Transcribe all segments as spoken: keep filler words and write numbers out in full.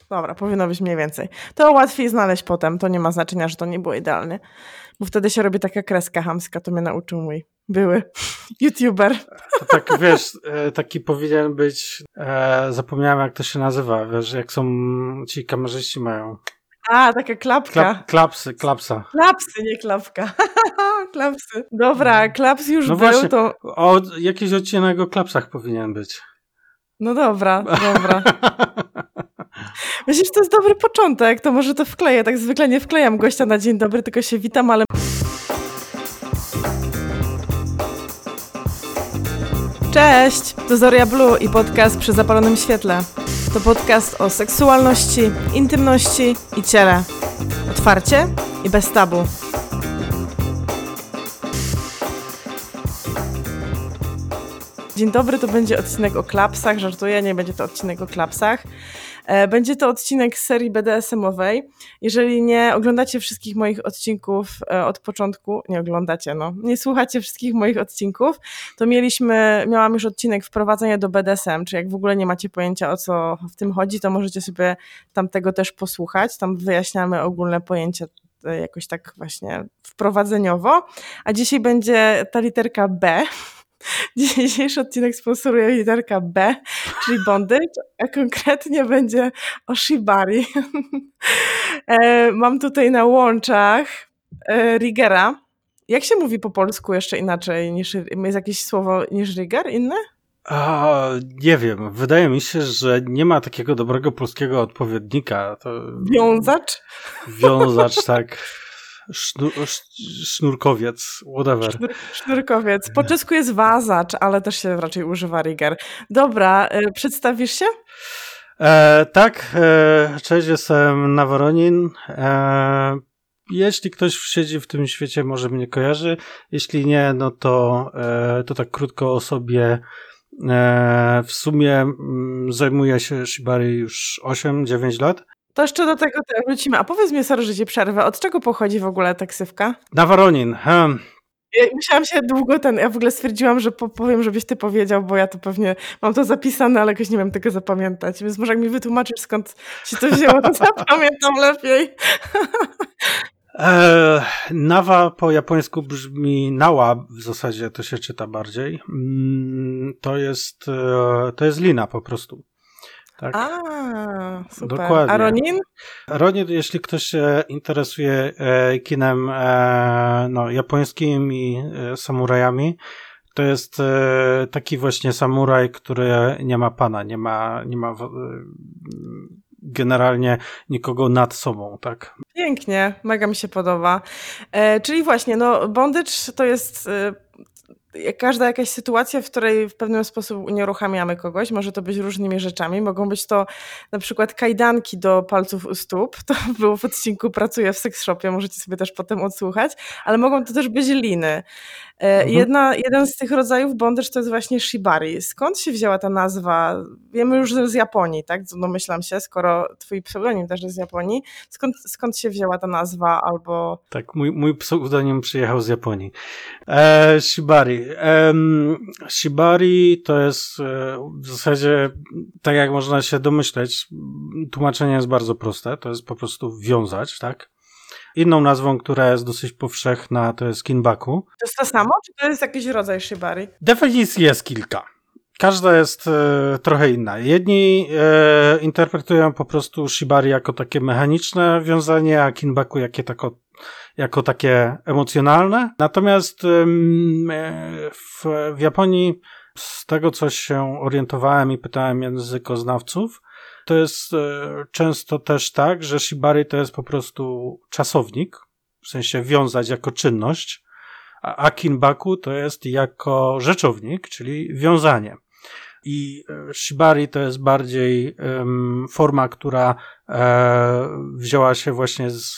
Dobra, powinno być mniej więcej. To łatwiej znaleźć potem, to nie ma znaczenia, że to nie było idealnie. Bo wtedy się robi taka kreska chamska, to mnie nauczył mój były youtuber. To tak, wiesz, taki powinien być, e, zapomniałem jak to się nazywa, wiesz, jak są ci kamerzyści mają. A, taka klapka. Klap, klapsy, klapsa. Klapsy, nie klapka. Klapsy. Dobra, klaps już no był, właśnie, to... O, jakiś odcinek o klapsach powinien być. No dobra, dobra. Myślę, że to jest dobry początek, to może to wkleję. Tak zwykle nie wklejam gościa na dzień dobry, tylko się witam, ale... Cześć! To Zoria Blue i podcast Przy zapalonym świetle. To podcast o seksualności, intymności i ciele. Otwarcie i bez tabu. Dzień dobry, to będzie odcinek o klapsach. Żartuję, nie będzie to odcinek o klapsach. Będzie to odcinek z serii B D S M-owej. Jeżeli nie oglądacie wszystkich moich odcinków od początku, nie oglądacie, no, nie słuchacie wszystkich moich odcinków, to mieliśmy, miałam już odcinek wprowadzenia do B D S M, czy jak w ogóle nie macie pojęcia, o co w tym chodzi, to możecie sobie tamtego też posłuchać. Tam wyjaśniamy ogólne pojęcia jakoś tak właśnie wprowadzeniowo. A dzisiaj będzie ta literka B. Dzisiejszy odcinek sponsoruje literka B, czyli bondage, a konkretnie będzie o shibari. Mam tutaj na łączach riggera. Jak się mówi po polsku jeszcze inaczej niż, jest jakieś słowo niż rigger inne? A, nie wiem, wydaje mi się, że nie ma takiego dobrego polskiego odpowiednika. To... Wiązacz? Wiązacz, tak. Sznur, sznurkowiec, whatever. Sznur, sznurkowiec. Po czesku jest wazacz, ale też się raczej używa rigger. Dobra, y, przedstawisz się? E, tak, e, cześć, jestem Naworonin. E, jeśli ktoś siedzi w tym świecie, może mnie kojarzy. Jeśli nie, no to, e, to tak krótko o sobie. E, w sumie m, zajmuję się shibari już osiem dziewięć lat. To jeszcze do tego wrócimy. A powiedz mi, sorry, że ci przerwę. Od czego pochodzi w ogóle ta ksywka? Naworonin. Hmm. Ja musiałam się długo ten... Ja w ogóle stwierdziłam, że powiem, żebyś ty powiedział, bo ja to pewnie mam to zapisane, ale jakoś nie wiem tego zapamiętać. Więc może jak mi wytłumaczysz, skąd się to wzięło, to zapamiętam lepiej. E, nawa po japońsku brzmi nała, w zasadzie to się czyta bardziej. To jest, to jest lina po prostu. Tak. A, super. Dokładnie. A Ronin? Ronin, jeśli ktoś się interesuje e, kinem e, no, japońskim i e, samurajami, to jest e, taki właśnie samuraj, który nie ma pana, nie ma, nie ma e, generalnie nikogo nad sobą, tak? Pięknie, mega mi się podoba. E, czyli właśnie, no bondage to jest... E, każda jakaś sytuacja, w której w pewien sposób unieruchamiamy kogoś, może to być różnymi rzeczami, mogą być to na przykład kajdanki do palców u stóp, to było w odcinku Pracuję w sex shopie, możecie sobie też potem odsłuchać, ale mogą to też być liny. Mhm. Jedna, jeden z tych rodzajów bondage to jest właśnie shibari. Skąd się wzięła ta nazwa? Wiemy już z Japonii, tak? Domyślam się, skoro twój pseudonim też jest z Japonii. Skąd, skąd się wzięła ta nazwa albo... Tak, mój, mój pseudonim przyjechał z Japonii. E, shibari. E, shibari to jest e, w zasadzie, tak jak można się domyśleć, tłumaczenie jest bardzo proste. To jest po prostu wiązać, tak? Inną nazwą, która jest dosyć powszechna, to jest kinbaku. To jest to samo, czy to jest jakiś rodzaj shibari? Definicji jest kilka. Każda jest e, trochę inna. Jedni e, interpretują po prostu shibari jako takie mechaniczne wiązanie, a kinbaku jakie tako, jako takie emocjonalne. Natomiast e, w, w Japonii, z tego co się orientowałem i pytałem językoznawców, to jest e, często też tak, że shibari to jest po prostu czasownik, w sensie wiązać jako czynność, a, a kinbaku to jest jako rzeczownik, czyli wiązanie. I shibari to jest bardziej um, forma, która e, wzięła się właśnie z,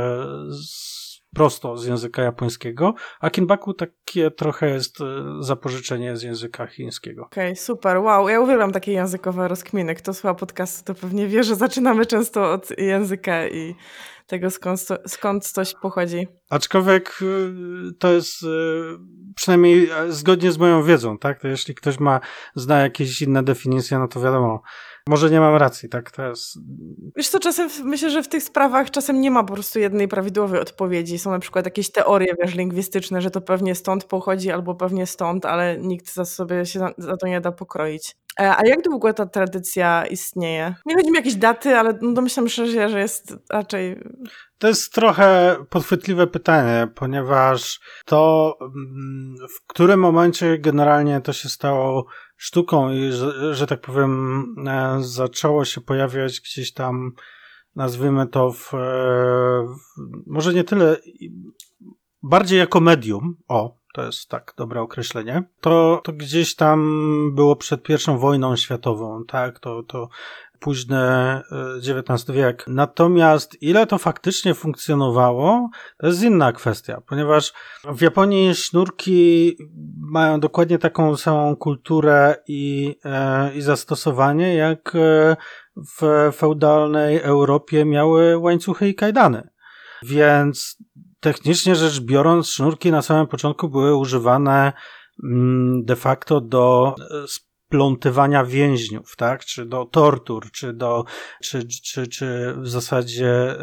z prosto z języka japońskiego, a kinbaku takie trochę jest zapożyczenie z języka chińskiego. Okej, okay, super, wow, ja uwielbiam takie językowe rozkminy. Kto słucha podcastu, to pewnie wie, że zaczynamy często od języka i tego, skąd, skąd coś pochodzi. Aczkolwiek to jest przynajmniej zgodnie z moją wiedzą, tak? To jeśli ktoś ma, zna jakieś inne definicje, no to wiadomo, Może nie mam racji, tak? To jest... Wiesz co, czasem w- myślę, że w tych sprawach czasem nie ma po prostu jednej prawidłowej odpowiedzi. Są na przykład jakieś teorie, wiesz, lingwistyczne, że to pewnie stąd pochodzi albo pewnie stąd, ale nikt za sobie się za, za to nie da pokroić. E, A jak długo ta tradycja istnieje? Nie chodzi mi o jakieś daty, ale no domyślam się, że jest raczej... To jest trochę podchwytliwe pytanie, ponieważ to, mm, w którym momencie generalnie to się stało sztuką i, że, że tak powiem, e, zaczęło się pojawiać gdzieś tam, nazwijmy to, w, e, w, może nie tyle, bardziej jako medium, o, to jest tak dobre określenie, to, to gdzieś tam było przed pierwszą wojną światową, tak, to, to późny dziewiętnasty wiek. Natomiast ile to faktycznie funkcjonowało, to jest inna kwestia, ponieważ w Japonii sznurki mają dokładnie taką samą kulturę i, e, i zastosowanie, jak w feudalnej Europie miały łańcuchy i kajdany. Więc technicznie rzecz biorąc, sznurki na samym początku były używane de facto do splątywania więźniów, tak? Czy do tortur, czy do, czy, czy, czy w zasadzie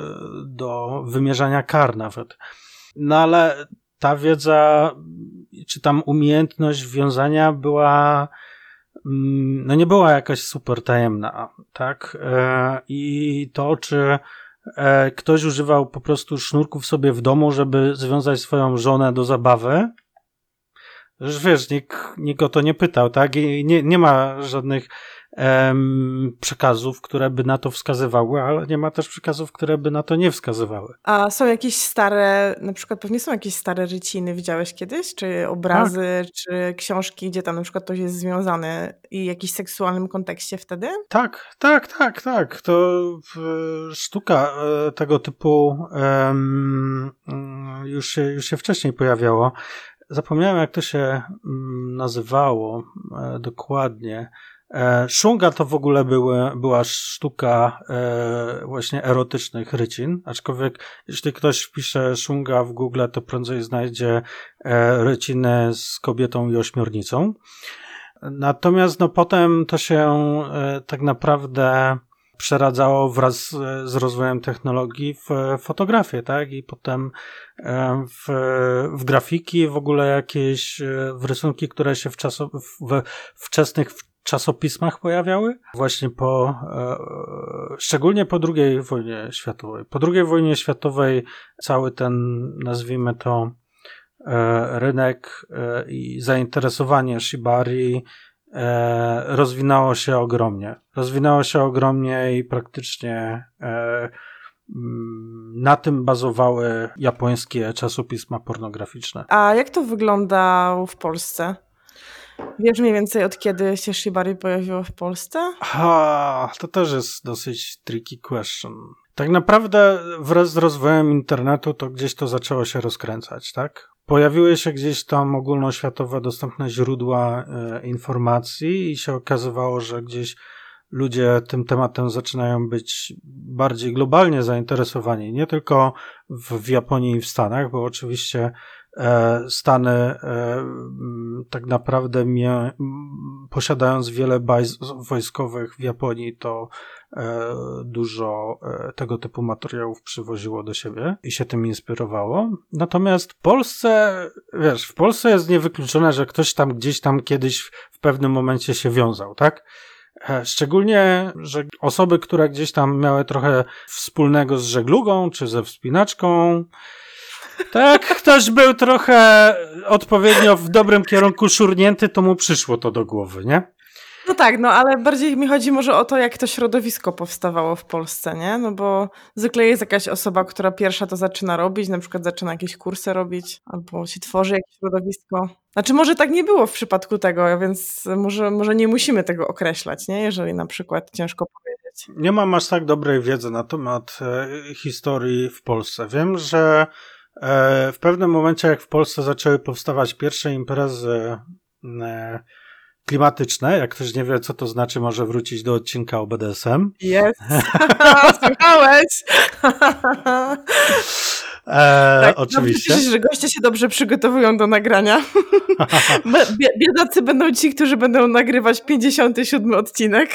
do wymierzania kar nawet. No ale ta wiedza, czy tam umiejętność wiązania była, no nie była jakaś super tajemna, tak? I to, czy ktoś używał po prostu sznurków sobie w domu, żeby związać swoją żonę do zabawy. Już wiesz, nikt, nikt o to nie pytał, tak? I nie, nie ma żadnych em, przekazów, które by na to wskazywały, ale nie ma też przekazów, które by na to nie wskazywały. A są jakieś stare, na przykład pewnie są jakieś stare ryciny, widziałeś kiedyś? Czy obrazy, tak. Czy książki, gdzie tam na przykład ktoś jest związany i w jakimś seksualnym kontekście wtedy? Tak, tak, tak, tak. To e, sztuka e, tego typu e, już, się, już się wcześniej pojawiało. Zapomniałem, jak to się mm, nazywało e, dokładnie. E, Szunga to w ogóle były, była sztuka e, właśnie erotycznych rycin, aczkolwiek jeśli ktoś wpisze szunga w Google, to prędzej znajdzie e, ryciny z kobietą i ośmiornicą. Natomiast no potem to się e, tak naprawdę przeradzało wraz z rozwojem technologii w fotografię, tak? I potem w, w grafiki, w ogóle jakieś w rysunki, które się w, czaso, w wczesnych czasopismach pojawiały. Właśnie po, szczególnie po drugiej wojnie światowej. Po drugiej wojnie światowej cały ten, nazwijmy to, rynek i zainteresowanie shibari rozwinęło się ogromnie. Rozwinęło się ogromnie i praktycznie na tym bazowały japońskie czasopisma pornograficzne. A jak to wygląda w Polsce? Wiesz mniej więcej, od kiedy się shibari pojawiło w Polsce? Ha, to też jest dosyć tricky question. Tak naprawdę wraz z rozwojem internetu to gdzieś to zaczęło się rozkręcać, tak? Pojawiły się gdzieś tam ogólnoświatowe dostępne źródła e, informacji i się okazywało, że gdzieś ludzie tym tematem zaczynają być bardziej globalnie zainteresowani, nie tylko w, w Japonii i w Stanach, bo oczywiście e, Stany e, tak naprawdę mie, posiadając wiele baz wojskowych w Japonii, to e, dużo e, tego typu materiałów przywoziło do siebie i się tym inspirowało. Natomiast w Polsce, wiesz, w Polsce jest niewykluczone, że ktoś tam gdzieś tam kiedyś w pewnym momencie się wiązał, tak? Szczególnie, że osoby, które gdzieś tam miały trochę wspólnego z żeglugą, czy ze wspinaczką, tak, ktoś był trochę odpowiednio w dobrym kierunku szurnięty, to mu przyszło to do głowy, nie? No tak, no ale bardziej mi chodzi może o to, jak to środowisko powstawało w Polsce, nie? No bo zwykle jest jakaś osoba, która pierwsza to zaczyna robić, na przykład zaczyna jakieś kursy robić, albo się tworzy jakieś środowisko. Znaczy może tak nie było w przypadku tego, więc może, może nie musimy tego określać, nie? Jeżeli na przykład ciężko powiedzieć. Nie mam aż tak dobrej wiedzy na temat e, historii w Polsce. Wiem, że e, w pewnym momencie, jak w Polsce zaczęły powstawać pierwsze imprezy e, klimatyczne, jak ktoś nie wie, co to znaczy, może wrócić do odcinka o B D S M. Jest, słuchałeś! E, Tak, oczywiście. Cieszę się, że goście się dobrze przygotowują do nagrania. Biedacy będą ci, którzy będą nagrywać pięćdziesiąty siódmy odcinek.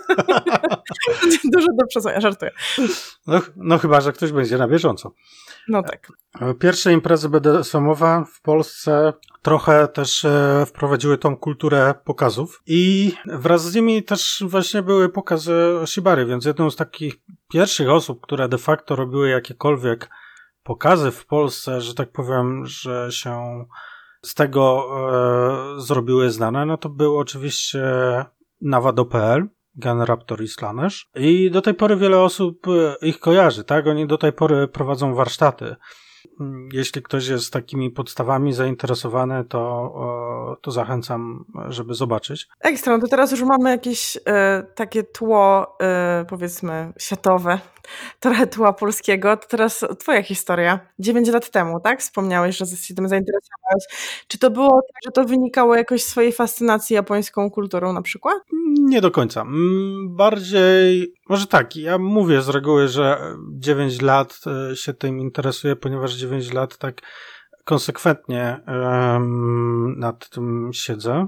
Dużo do przesłania, żartuję. No, no chyba, że ktoś będzie na bieżąco. No tak. Pierwsze imprezy B D S M-owe w Polsce trochę też e, wprowadziły tą kulturę pokazów i wraz z nimi też właśnie były pokazy shibari, więc jedną z takich pierwszych osób, które de facto robiły jakiekolwiek pokazy w Polsce, że tak powiem, że się z tego e, zrobiły znane, no to był oczywiście Nawado kropka pe el, Gunraptor i Slaanesh. I do tej pory wiele osób ich kojarzy, tak? Oni do tej pory prowadzą warsztaty. Jeśli ktoś jest takimi podstawami zainteresowany, to, to zachęcam, żeby zobaczyć. Ekstra, no to teraz już mamy jakieś e, takie tło, e, powiedzmy, światowe, trochę tła polskiego. To teraz twoja historia. Dziewięć lat temu, tak? Wspomniałeś, że się tym zainteresowałeś. Czy to było tak, że to wynikało jakoś z swojej fascynacji japońską kulturą na przykład? Nie do końca. Bardziej, może tak, ja mówię z reguły, że dziewięć lat się tym interesuję, ponieważ dziewięć lat tak konsekwentnie um, nad tym siedzę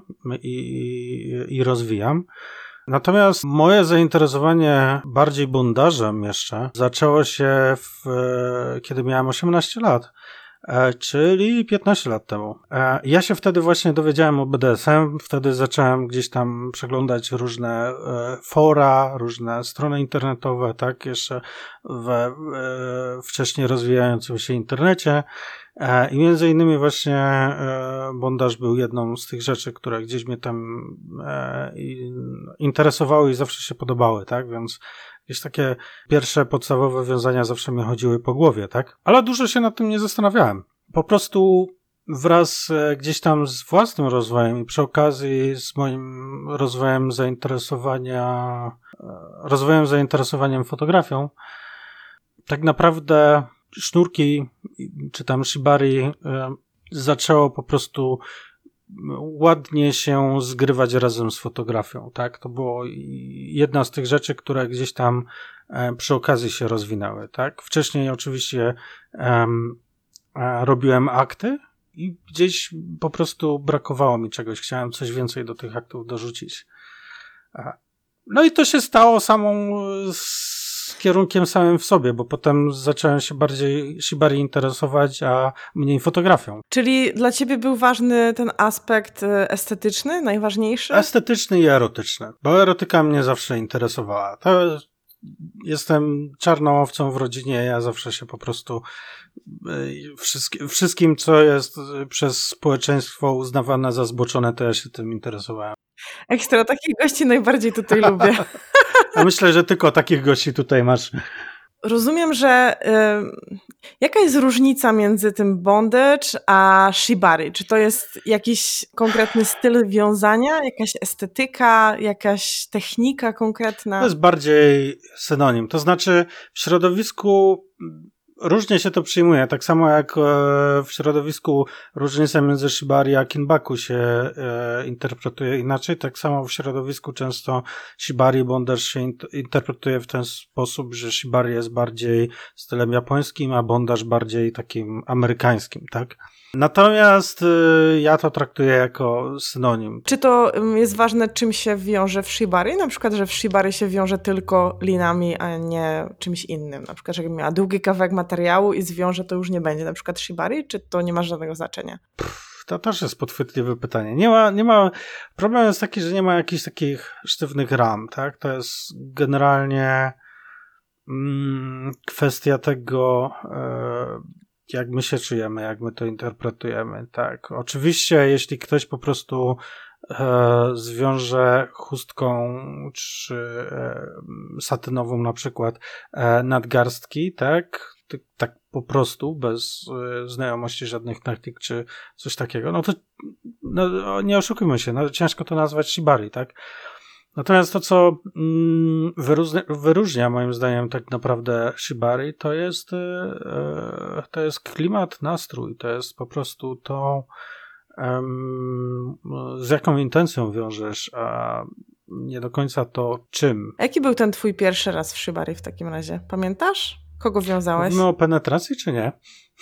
i, i rozwijam. Natomiast moje zainteresowanie bardziej bondażem jeszcze zaczęło się w, kiedy miałem osiemnaście lat. Czyli piętnaście lat temu. Ja się wtedy właśnie dowiedziałem o B D S M, wtedy zacząłem gdzieś tam przeglądać różne fora, różne strony internetowe, tak, jeszcze we wcześniej rozwijającym się internecie i między innymi właśnie bondaż był jedną z tych rzeczy, które gdzieś mnie tam interesowały i zawsze się podobały, tak, więc jakieś takie pierwsze podstawowe wiązania zawsze mi chodziły po głowie, tak? Ale dużo się nad tym nie zastanawiałem. Po prostu wraz gdzieś tam z własnym rozwojem i przy okazji z moim rozwojem zainteresowania, rozwojem zainteresowaniem fotografią, tak naprawdę sznurki czy tam shibari zaczęło po prostu ładnie się zgrywać razem z fotografią, tak? To było jedna z tych rzeczy, które gdzieś tam przy okazji się rozwinęły, tak? Wcześniej oczywiście um, robiłem akty i gdzieś po prostu brakowało mi czegoś, chciałem coś więcej do tych aktów dorzucić. No i to się stało samą z kierunkiem samym w sobie, bo potem zacząłem się bardziej shibari interesować, a mniej fotografią. Czyli dla ciebie był ważny ten aspekt estetyczny, najważniejszy? Estetyczny i erotyczny, bo erotyka mnie zawsze interesowała. To jestem czarną owcą w rodzinie, ja zawsze się po prostu wszystkim, wszystkim, co jest przez społeczeństwo uznawane za zboczone, to ja się tym interesowałem. Ekstra, takich gości najbardziej tutaj lubię. A myślę, że tylko takich gości tutaj masz. Rozumiem, że y, jaka jest różnica między tym bondage a shibari? Czy to jest jakiś konkretny styl wiązania, jakaś estetyka, jakaś technika konkretna? To jest bardziej synonim. To znaczy w środowisku różnie się to przyjmuje. Tak samo jak w środowisku różnica między shibari a kinbaku się interpretuje inaczej, tak samo w środowisku często shibari i bondage się interpretuje w ten sposób, że shibari jest bardziej stylem japońskim, a bondage bardziej takim amerykańskim, tak? Natomiast ja to traktuję jako synonim. Czy to jest ważne, czym się wiąże w shibari? Na przykład, że w shibari się wiąże tylko linami, a nie czymś innym. Na przykład, że jak miała długi kawałek materiału i zwiąże, to już nie będzie na przykład shibari? Czy to nie ma żadnego znaczenia? Pff, to też jest podchwytliwe pytanie. Nie ma, nie ma, problem jest taki, że nie ma jakichś takich sztywnych ram, tak? To jest generalnie mm, kwestia tego, e, jak my się czujemy, jak my to interpretujemy, tak. Oczywiście, jeśli ktoś po prostu e, zwiąże chustką czy e, satynową na przykład e, nadgarstki, tak, tak po prostu, bez e, znajomości żadnych technik czy coś takiego, no to no, nie oszukujmy się, no, ciężko to nazwać shibari, tak. Natomiast to, co mm, wyróżnia, wyróżnia moim zdaniem tak naprawdę shibari, to jest, e, to jest klimat, nastrój, to jest po prostu to, em, z jaką intencją wiążesz, a nie do końca to czym. Jaki był ten twój pierwszy raz w shibari w takim razie? Pamiętasz? Kogo wiązałeś? Mówimy o penetracji, czy nie?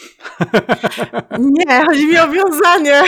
Nie, chodzi mi o wiązanie.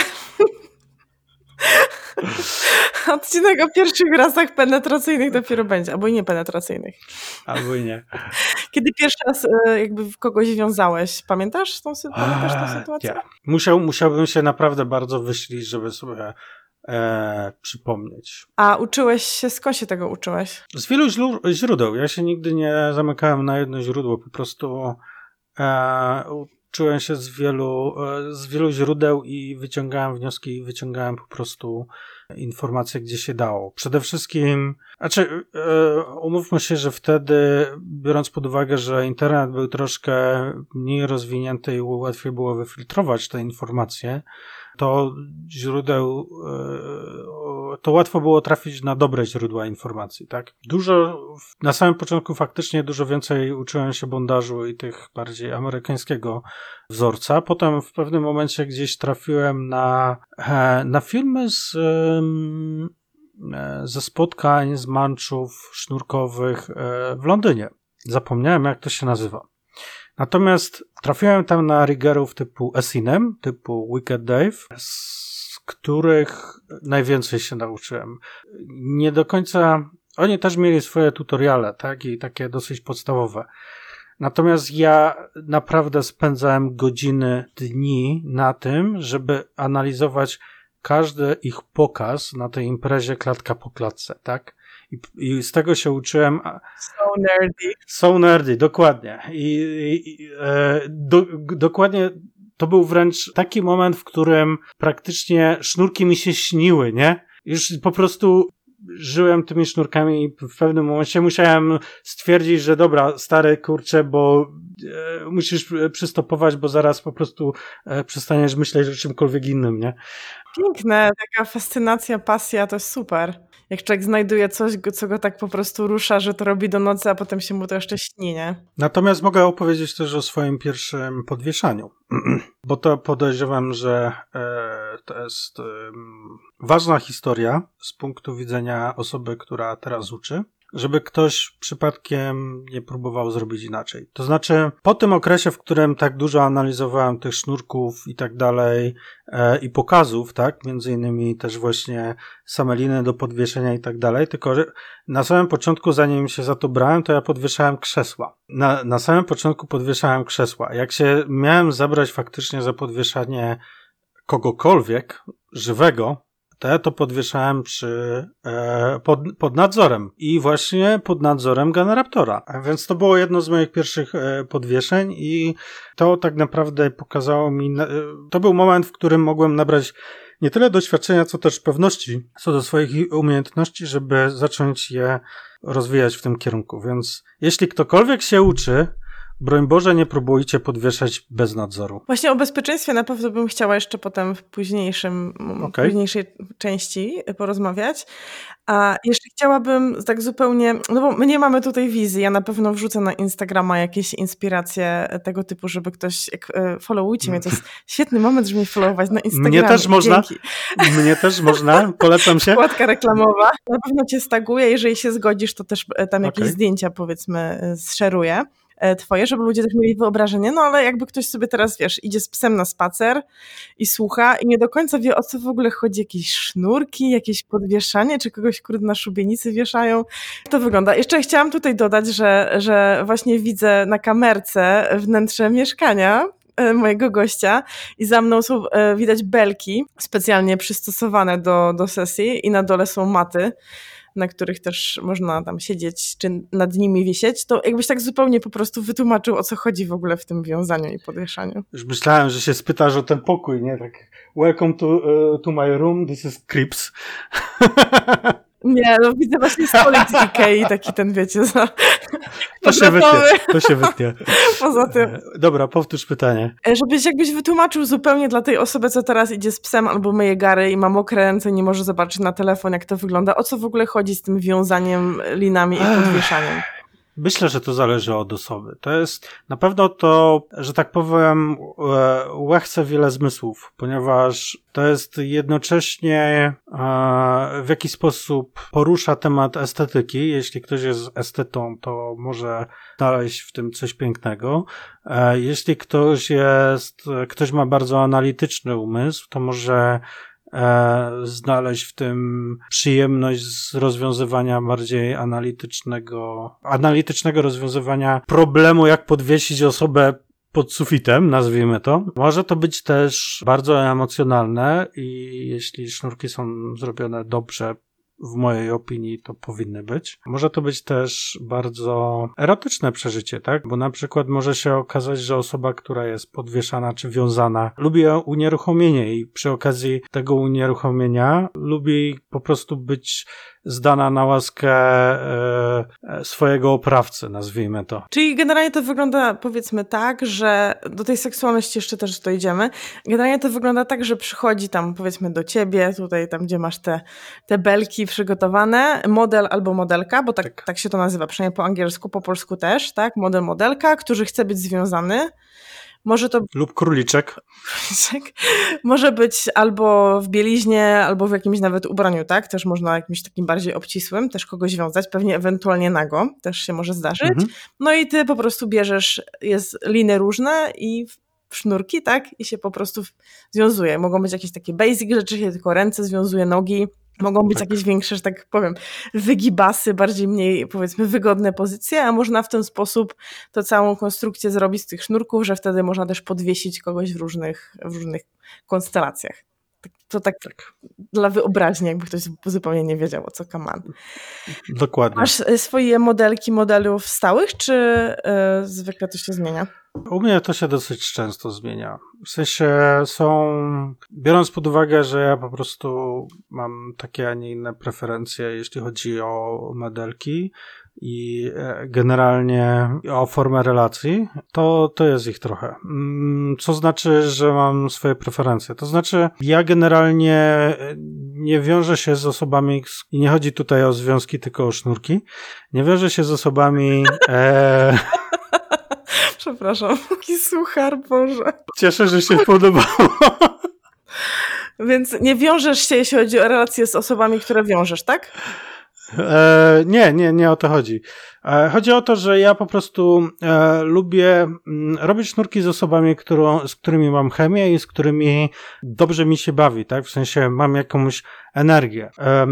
Odcinek o pierwszych razach penetracyjnych dopiero będzie, albo i niepenetracyjnych. Albo i nie. Kiedy pierwszy raz jakby w kogoś wiązałeś, pamiętasz tą, pamiętasz tą sytuację? Yeah. Musiał, musiałbym się naprawdę bardzo wyślić, żeby sobie e, przypomnieć. A uczyłeś się, skąd się tego uczyłeś? Z wielu źródeł. Ja się nigdy nie zamykałem na jedno źródło, po prostu e, uczyłem się z wielu, e, z wielu źródeł i wyciągałem wnioski i wyciągałem po prostu informacje, gdzie się dało. Przede wszystkim, znaczy e, umówmy się, że wtedy, biorąc pod uwagę, że internet był troszkę mniej rozwinięty i łatwiej było wyfiltrować te informacje, to źródeł, to łatwo było trafić na dobre źródła informacji, tak? Dużo, na samym początku faktycznie dużo więcej uczyłem się bondażu i tych bardziej amerykańskiego wzorca. Potem w pewnym momencie gdzieś trafiłem na, na filmy z, ze spotkań, z manczów sznurkowych w Londynie. Zapomniałem, jak to się nazywa. Natomiast trafiłem tam na riggerów typu Esinem, typu Wicked Dave, z których najwięcej się nauczyłem. Nie do końca, oni też mieli swoje tutoriale, tak, i takie dosyć podstawowe. Natomiast ja naprawdę spędzałem godziny, dni na tym, żeby analizować każdy ich pokaz na tej imprezie klatka po klatce, tak? I, i z tego się uczyłem. So nerdy. So nerdy, dokładnie. I, i e, do, dokładnie to był wręcz taki moment, w którym praktycznie sznurki mi się śniły, nie? Już po prostu żyłem tymi sznurkami i w pewnym momencie musiałem stwierdzić, że dobra, stary, kurczę, bo e, musisz przystopować, bo zaraz po prostu e, przestaniesz myśleć o czymkolwiek innym, nie? Piękne, taka fascynacja, pasja, to jest super. Jak człowiek znajduje coś, co go tak po prostu rusza, że to robi do nocy, a potem się mu to jeszcze śni, nie? Natomiast mogę opowiedzieć też o swoim pierwszym podwieszaniu, bo to podejrzewam, że e, to jest e, ważna historia z punktu widzenia osoby, która teraz uczy, żeby ktoś przypadkiem nie próbował zrobić inaczej. To znaczy, po tym okresie, w którym tak dużo analizowałem tych sznurków i tak dalej e, i pokazów, tak, między innymi też właśnie same liny do podwieszenia i tak dalej, tylko że na samym początku, zanim się za to brałem, to ja podwieszałem krzesła. Na, na samym początku podwieszałem krzesła. Jak się miałem zabrać faktycznie za podwieszanie kogokolwiek żywego, to ja to podwieszałem przy, e, pod, pod nadzorem i właśnie pod nadzorem Generaptora. A więc to było jedno z moich pierwszych e, podwieszeń i to tak naprawdę pokazało mi, e, to był moment, w którym mogłem nabrać nie tyle doświadczenia, co też pewności co do swoich umiejętności, żeby zacząć je rozwijać w tym kierunku. Więc jeśli ktokolwiek się uczy, broń Boże, nie próbujcie podwieszać bez nadzoru. Właśnie o bezpieczeństwie na pewno bym chciała jeszcze potem w późniejszym, okay. późniejszej części porozmawiać. A jeszcze chciałabym tak zupełnie, no bo my nie mamy tutaj wizji, ja na pewno wrzucę na Instagrama jakieś inspiracje tego typu, żeby ktoś, jak followujcie mnie, to jest świetny moment, żeby mnie followować na Instagramie. Mnie też można, mnie też można, polecam się. Wkładka reklamowa, na pewno cię staguję, jeżeli się zgodzisz, to też tam jakieś okay. zdjęcia, powiedzmy, zszeruję twoje, żeby ludzie też mieli wyobrażenie, no ale jakby ktoś sobie teraz, wiesz, idzie z psem na spacer i słucha i nie do końca wie, o co w ogóle chodzi, jakieś sznurki, jakieś podwieszanie, czy kogoś kurde na szubienicy wieszają. To wygląda. Jeszcze chciałam tutaj dodać, że, że właśnie widzę na kamerce wnętrze mieszkania mojego gościa i za mną są, widać belki specjalnie przystosowane do, do sesji i na dole są maty, na których też można tam siedzieć, czy nad nimi wisieć, to jakbyś tak zupełnie po prostu wytłumaczył, o co chodzi w ogóle w tym wiązaniu i podwieszaniu. Już myślałem, że się spytasz o ten pokój, nie? Tak, welcome to, uh, to my room, this is Crips. Nie, no widzę właśnie stolik z Ikei, taki ten, wiecie, za... To się wytnie, to się wytnie. Poza tym. Dobra, powtórz pytanie. Żebyś jakbyś wytłumaczył zupełnie dla tej osoby, co teraz idzie z psem albo myje gary i ma mokre ręce, nie może zobaczyć na telefon, jak to wygląda. O co w ogóle chodzi z tym wiązaniem linami i podwieszaniem? Myślę, że to zależy od osoby. To jest na pewno to, że tak powiem, łechce wiele zmysłów, ponieważ to jest jednocześnie w jakiś sposób porusza temat estetyki. Jeśli ktoś jest estetą, to może znaleźć w tym coś pięknego. Jeśli ktoś jest, ktoś ma bardzo analityczny umysł, to może znaleźć w tym przyjemność z rozwiązywania bardziej analitycznego, analitycznego rozwiązywania problemu, jak podwiesić osobę pod sufitem, nazwijmy to. Może to być też bardzo emocjonalne i jeśli sznurki są zrobione dobrze, w mojej opinii to powinny być. Może to być też bardzo erotyczne przeżycie, tak? Bo na przykład może się okazać, że osoba, która jest podwieszana czy wiązana, lubi unieruchomienie i przy okazji tego unieruchomienia lubi po prostu być zdana na łaskę e, swojego oprawcy, nazwijmy to. Czyli generalnie to wygląda, powiedzmy tak, że do tej seksualności jeszcze też dojdziemy. Generalnie to wygląda tak, że przychodzi tam, powiedzmy, do ciebie, tutaj tam, gdzie masz te, te belki przygotowane, model albo modelka, bo tak, tak. tak się to nazywa, przynajmniej po angielsku, po polsku też, tak? Model, modelka, który chce być związany. Może to... Lub króliczek. Króliczek. Może być albo w bieliźnie, albo w jakimś nawet ubraniu, tak? Też można jakimś takim bardziej obcisłym też kogoś wiązać, pewnie ewentualnie nago, też się może zdarzyć. Mhm. No i ty po prostu bierzesz, jest liny różne i sznurki, tak? I się po prostu związuje. Mogą być jakieś takie basic rzeczy, się tylko ręce związuje, nogi. Mogą być tak. jakieś większe, że tak powiem, wygibasy, bardziej mniej, powiedzmy, wygodne pozycje, a można w ten sposób to całą konstrukcję zrobić z tych sznurków, że wtedy można też podwiesić kogoś w różnych, w różnych konstelacjach. To tak, tak dla wyobraźni, jakby ktoś zupełnie nie wiedział, o co kaman. Dokładnie. Masz swoje modelki modelów stałych, czy yy, zwykle to się zmienia? U mnie to się dosyć często zmienia. W sensie są, biorąc pod uwagę, że ja po prostu mam takie, a nie inne preferencje, jeśli chodzi o modelki i generalnie o formę relacji, to, to jest ich trochę. Co znaczy, że mam swoje preferencje. To znaczy, ja generalnie nie wiążę się z osobami, i nie chodzi tutaj o związki, tylko o sznurki, nie wiążę się z osobami... E... Przepraszam, taki suchar, Boże. Cieszę, że się podobało. Więc nie wiążesz się, jeśli chodzi o relacje z osobami, które wiążesz, tak? E, nie, nie, nie o to chodzi. E, chodzi o to, że ja po prostu e, lubię m, robić sznurki z osobami, którą, z którymi mam chemię i z którymi dobrze mi się bawi, tak? W sensie mam jakąś energię. E,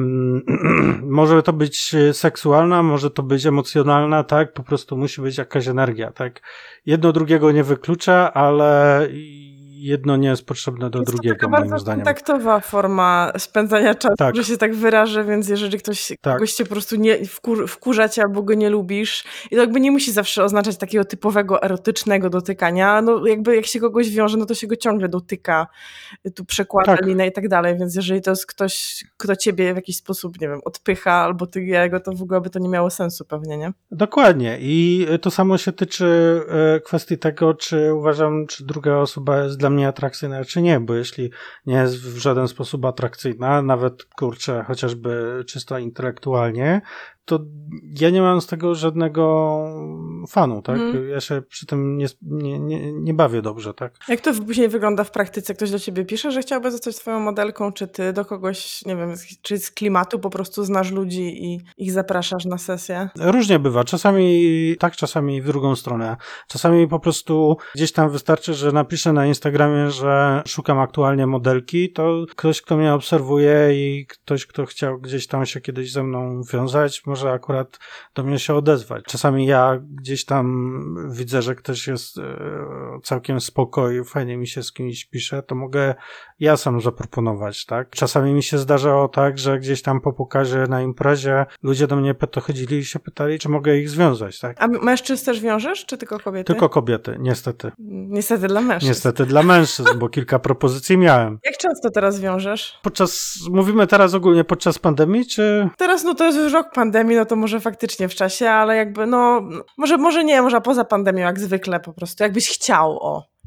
może to być seksualna, może to być emocjonalna, tak? Po prostu musi być jakaś energia, tak? Jedno drugiego nie wyklucza, ale jedno nie jest potrzebne do jest drugiego, moim bardzo zdaniem. Kontaktowa forma spędzania czasu, tak. że się tak wyrażę, więc jeżeli ktoś tak. kogoś cię po prostu nie wkur, wkurza cię albo go nie lubisz, i to jakby nie musi zawsze oznaczać takiego typowego erotycznego dotykania, no jakby jak się kogoś wiąże, no to się go ciągle dotyka, tu przekłada tak. linę i tak dalej, więc jeżeli to jest ktoś, kto ciebie w jakiś sposób, nie wiem, odpycha albo ty jego, to w ogóle by to nie miało sensu pewnie, nie? Dokładnie i to samo się tyczy kwestii tego, czy uważam, czy druga osoba jest dla mnie atrakcyjna, czy nie, bo jeśli nie jest w żaden sposób atrakcyjna, nawet, kurczę, chociażby czysto intelektualnie, to ja nie mam z tego żadnego fanu, tak? Mm. Ja się przy tym nie, nie, nie, nie bawię dobrze, tak? Jak to później wygląda w praktyce? Ktoś do ciebie pisze, że chciałby zostać twoją modelką, czy ty do kogoś, nie wiem, czy z klimatu po prostu znasz ludzi i ich zapraszasz na sesję? Różnie bywa. Czasami tak, czasami w drugą stronę. Czasami po prostu gdzieś tam wystarczy, że napiszę na Instagramie, że szukam aktualnie modelki, to ktoś, kto mnie obserwuje i ktoś, kto chciał gdzieś tam się kiedyś ze mną wiązać, może akurat do mnie się odezwać. Czasami ja gdzieś tam widzę, że ktoś jest całkiem spokojny, fajnie mi się z kimś pisze, to mogę ja sam zaproponować, tak? Czasami mi się zdarzało tak, że gdzieś tam po pokazie na imprezie ludzie do mnie podchodzili i się pytali, czy mogę ich związać, tak? A mężczyzn też wiążesz, czy tylko kobiety? Tylko kobiety, niestety. Niestety dla mężczyzn. Niestety dla mężczyzn, bo kilka propozycji miałem. Jak często teraz wiążesz? Podczas, mówimy teraz ogólnie podczas pandemii, czy... Teraz, no to jest już rok pandemii, no to może faktycznie w czasie, ale jakby, no, może, może nie, może poza pandemią, jak zwykle po prostu, jakbyś chciał, o.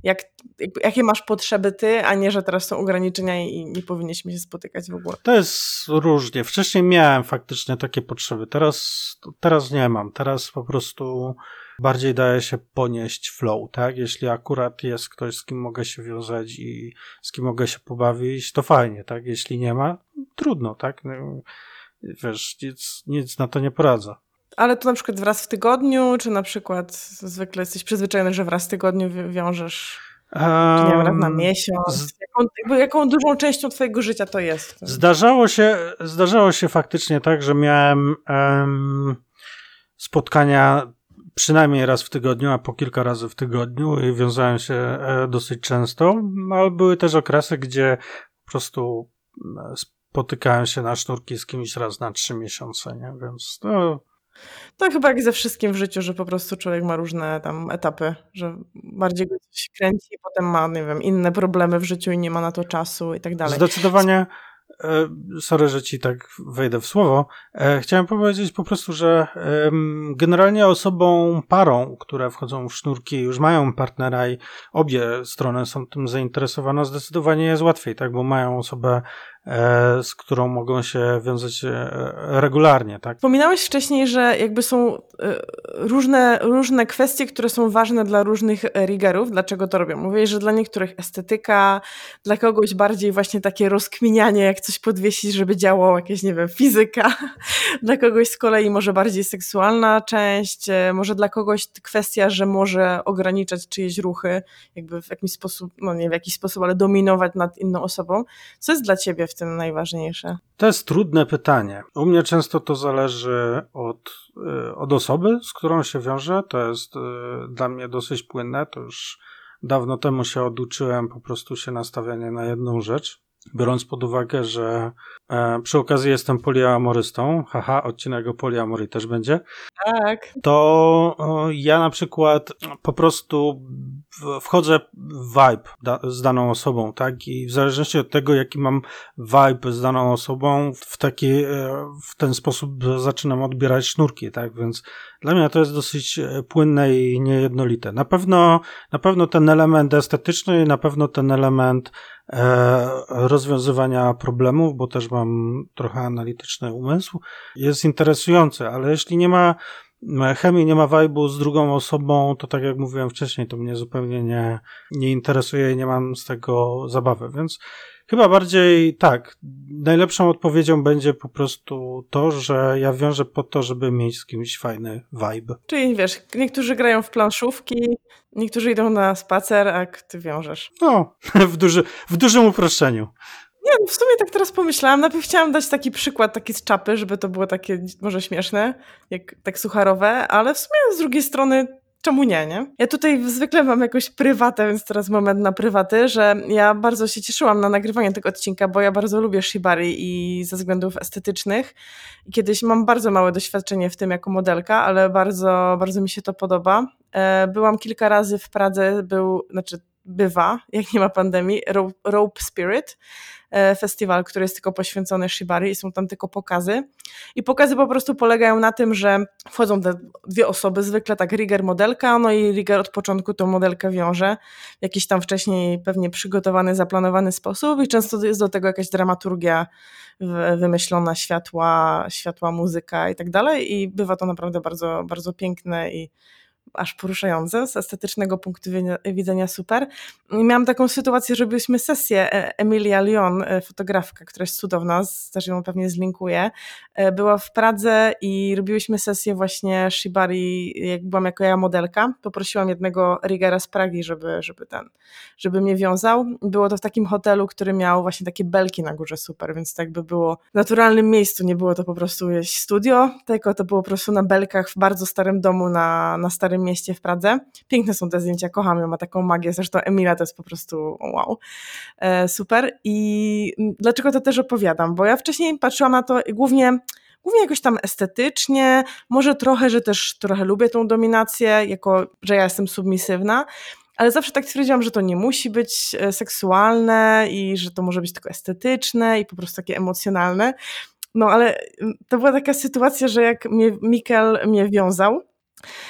Jak, jakby, jakie masz potrzeby ty, a nie, że teraz są ograniczenia i nie powinniśmy się spotykać w ogóle. To jest różnie. Wcześniej miałem faktycznie takie potrzeby. Teraz, teraz nie mam. Teraz po prostu bardziej daje się ponieść flow, tak? Jeśli akurat jest ktoś, z kim mogę się wiązać i z kim mogę się pobawić, to fajnie, tak? Jeśli nie ma, trudno, tak? No, wiesz, nic, nic na to nie poradzę. Ale to na przykład raz w tygodniu, czy na przykład zwykle jesteś przyzwyczajony, że raz w tygodniu wi- wiążesz, czy nie wiem, raz na miesiąc? Z, Jaką, jakby, jaką dużą częścią twojego życia to jest? zdarzało się, zdarzało się faktycznie tak, że miałem em, spotkania przynajmniej raz w tygodniu, a po kilka razy w tygodniu i wiązałem się e, dosyć często, ale były też okresy, gdzie po prostu e, spotykałem się na sznurki z kimś raz na trzy miesiące, nie? Więc to... To chyba jak ze wszystkim w życiu, że po prostu człowiek ma różne tam etapy, że bardziej go coś kręci, potem ma, nie wiem, inne problemy w życiu i nie ma na to czasu i tak dalej. Zdecydowanie, e, sorry, że ci tak wejdę w słowo, e, chciałem powiedzieć po prostu, że e, generalnie osobom, parą, które wchodzą w sznurki, już mają partnera i obie strony są tym zainteresowane, zdecydowanie jest łatwiej, tak, bo mają osobę, e, z którą mogą się wiązać e, regularnie, tak. Wspominałeś wcześniej, że jakby są e, różne, różne kwestie, które są ważne dla różnych riggerów. Dlaczego to robią? Mówię, że dla niektórych estetyka, dla kogoś bardziej właśnie takie rozkminianie, jak coś podwiesić, żeby działało, jakieś, nie wiem, fizyka. Dla kogoś z kolei może bardziej seksualna część, e, może dla kogoś kwestia, że może ograniczać czyjeś ruchy, jakby w jakiś sposób, no nie w jakiś sposób, ale dominować nad inną osobą. Co jest dla ciebie w tym najważniejsze? To jest trudne pytanie. U mnie często to zależy od, y, od osoby, z którą się wiążę. To jest y, dla mnie dosyć płynne. To już dawno temu się oduczyłem po prostu się nastawiania na jedną rzecz. Biorąc pod uwagę, że e, przy okazji jestem poliamorystą, haha, odcinek o poliamorii też będzie, Tak. to o, ja na przykład po prostu w, wchodzę w vibe da, z daną osobą, tak? I w zależności od tego, jaki mam vibe z daną osobą, w taki, e, w ten sposób zaczynam odbierać sznurki, tak? Więc dla mnie to jest dosyć płynne i niejednolite. Na pewno, na pewno ten element estetyczny i na pewno ten element e, rozwiązywania problemów, bo też mam trochę analityczny umysł, jest interesujący, ale jeśli nie ma chemii, nie ma vibe'u z drugą osobą, to tak jak mówiłem wcześniej, to mnie zupełnie nie, nie interesuje i nie mam z tego zabawy, więc chyba bardziej tak, najlepszą odpowiedzią będzie po prostu to, że ja wiążę po to, żeby mieć z kimś fajny vibe. Czyli wiesz, niektórzy grają w planszówki, niektórzy idą na spacer, a ty wiążesz. No, w, duży, w dużym uproszczeniu. Nie, w sumie tak teraz pomyślałam. Najpierw chciałam dać taki przykład, taki z czapy, żeby to było takie może śmieszne, jak tak sucharowe, ale w sumie z drugiej strony czemu nie, nie? Ja tutaj zwykle mam jakąś prywatę, więc teraz moment na prywaty, że ja bardzo się cieszyłam na nagrywanie tego odcinka, bo ja bardzo lubię shibari i ze względów estetycznych. I kiedyś mam bardzo małe doświadczenie w tym jako modelka, ale bardzo, bardzo mi się to podoba. Byłam kilka razy w Pradze, był, znaczy bywa, jak nie ma pandemii, Rope Spirit festiwal, który jest tylko poświęcony shibari i są tam tylko pokazy. I pokazy po prostu polegają na tym, że wchodzą te dwie osoby, zwykle tak rigger modelka, no i rigger od początku tą modelkę wiąże w jakiś tam wcześniej pewnie przygotowany, zaplanowany sposób i często jest do tego jakaś dramaturgia wymyślona, światła, światła, muzyka i tak dalej i bywa to naprawdę bardzo, bardzo piękne i aż poruszające, z estetycznego punktu widzenia super. Miałam taką sytuację, że robiliśmy sesję, Emilia Lyon, fotografka, która jest cudowna, też ją pewnie zlinkuję, była w Pradze i robiłyśmy sesję właśnie shibari, jak byłam jako ja modelka, poprosiłam jednego riggera z Pragi, żeby, żeby ten, żeby mnie wiązał. Było to w takim hotelu, który miał właśnie takie belki na górze super, więc to jakby było w naturalnym miejscu, nie było to po prostu jakieś studio, tylko to było po prostu na belkach w bardzo starym domu na, na starym mieście w Pradze. Piękne są te zdjęcia, kocham ją, ma taką magię, zresztą Emilia to jest po prostu wow, e, super. I dlaczego to też opowiadam? Bo ja wcześniej patrzyłam na to głównie, głównie jakoś tam estetycznie, może trochę, że też trochę lubię tą dominację, jako, że ja jestem submisywna, ale zawsze tak twierdziłam, że to nie musi być seksualne i że to może być tylko estetyczne i po prostu takie emocjonalne. No ale to była taka sytuacja, że jak mnie, Mikkel mnie wiązał,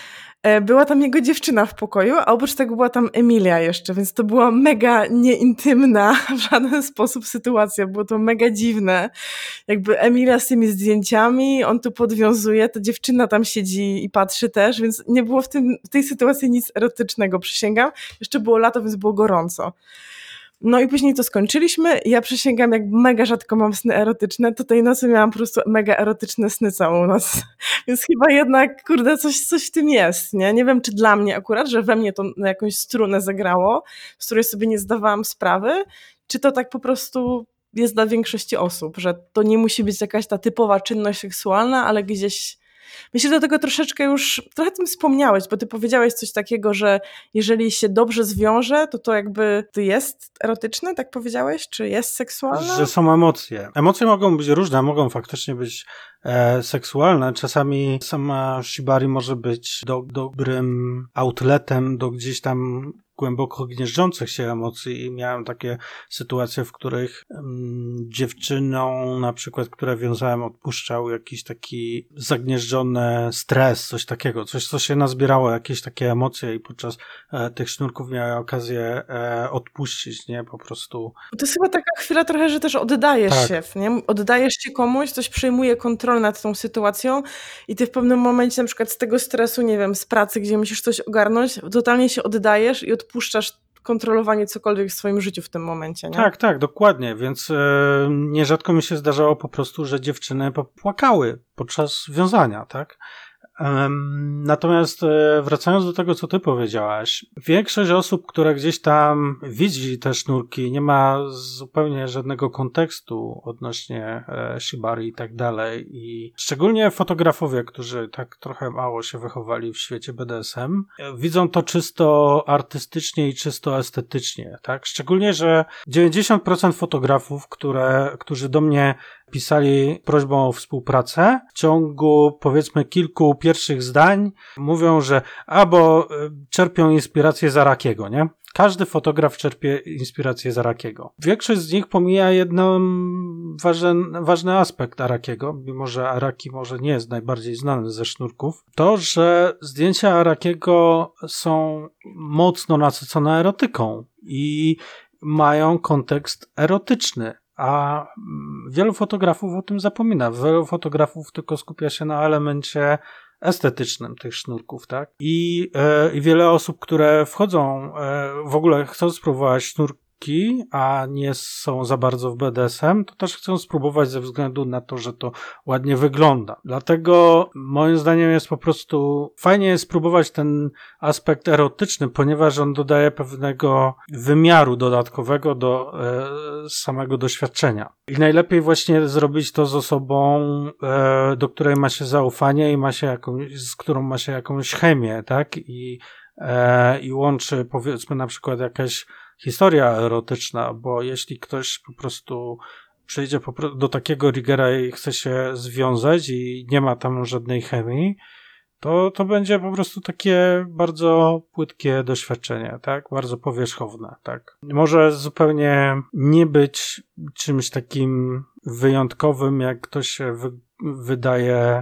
była tam jego dziewczyna w pokoju, a oprócz tego była tam Emilia jeszcze, więc to była mega nieintymna w żaden sposób sytuacja, było to mega dziwne. Jakby Emilia z tymi zdjęciami, on tu podwiązuje, ta dziewczyna tam siedzi i patrzy też, więc nie było w, tym, w tej sytuacji nic erotycznego, przysięgam. Jeszcze było lato, więc było gorąco. No i później to skończyliśmy. Ja przysięgam, jak mega rzadko mam sny erotyczne, to tej nocy miałam po prostu mega erotyczne sny całą noc. Więc chyba jednak, kurde, coś, coś w tym jest, nie? Nie wiem, czy dla mnie akurat, że we mnie to na jakąś strunę zagrało, z której sobie nie zdawałam sprawy, czy to tak po prostu jest dla większości osób, że to nie musi być jakaś ta typowa czynność seksualna, ale gdzieś... Myślę, że do tego troszeczkę już, trochę o tym wspomniałeś, bo ty powiedziałeś coś takiego, że jeżeli się dobrze zwiąże, to to jakby to jest erotyczne, tak powiedziałeś? Czy jest seksualne? Że są emocje. Emocje mogą być różne, mogą faktycznie być e, seksualne. Czasami sama shibari może być do, dobrym outletem do gdzieś tam głęboko gnieżdżących się emocji i miałem takie sytuacje, w których um, dziewczyną na przykład, które wiązałem, odpuszczał jakiś taki zagnieżdżony stres, coś takiego, coś, co się nazbierało, jakieś takie emocje i podczas e, tych sznurków miałem okazję e, odpuścić, nie? Po prostu. To jest chyba taka chwila trochę, że też oddajesz tak. się, nie? Oddajesz się komuś, coś przejmuje kontrolę nad tą sytuacją i ty w pewnym momencie na przykład z tego stresu, nie wiem, z pracy, gdzie musisz coś ogarnąć, totalnie się oddajesz i odpuszczasz kontrolowanie cokolwiek w swoim życiu w tym momencie, nie? Tak, tak, dokładnie, więc e, nierzadko mi się zdarzało po prostu, że dziewczyny popłakały podczas wiązania, tak? Natomiast wracając do tego, co ty powiedziałaś, większość osób, które gdzieś tam widzi te sznurki, nie ma zupełnie żadnego kontekstu odnośnie shibari i tak dalej i szczególnie fotografowie, którzy tak trochę mało się wychowali w świecie B D S M, widzą to czysto artystycznie i czysto estetycznie, tak? Szczególnie, że dziewięćdziesiąt procent fotografów, które, którzy do mnie pisali prośbą o współpracę, w ciągu powiedzmy kilku pierwszych zdań mówią, że albo czerpią inspirację z Arakiego, nie? Każdy fotograf czerpie inspirację z Arakiego. Większość z nich pomija jeden ważny, ważny aspekt Arakiego, mimo że Araki może nie jest najbardziej znany ze sznurków, to, że zdjęcia Arakiego są mocno nasycone erotyką i mają kontekst erotyczny. A wielu fotografów o tym zapomina. Wielu fotografów tylko skupia się na elemencie estetycznym tych sznurków, tak? I, e, i wiele osób, które wchodzą, e, w ogóle chcą spróbować sznurki, a nie są za bardzo w B D S M, to też chcą spróbować ze względu na to, że to ładnie wygląda. Dlatego moim zdaniem jest po prostu fajnie jest spróbować ten aspekt erotyczny, ponieważ on dodaje pewnego wymiaru dodatkowego do e, samego doświadczenia. I najlepiej właśnie zrobić to z osobą, e, do której ma się zaufanie i ma się jakąś, z którą ma się jakąś chemię, tak? I, e, i łączy powiedzmy na przykład jakaś historia erotyczna, bo jeśli ktoś po prostu przyjdzie do takiego rigera i chce się związać i nie ma tam żadnej chemii, to to będzie po prostu takie bardzo płytkie doświadczenie, tak? Bardzo powierzchowne, tak? Może zupełnie nie być czymś takim wyjątkowym, jak to się wy- wydaje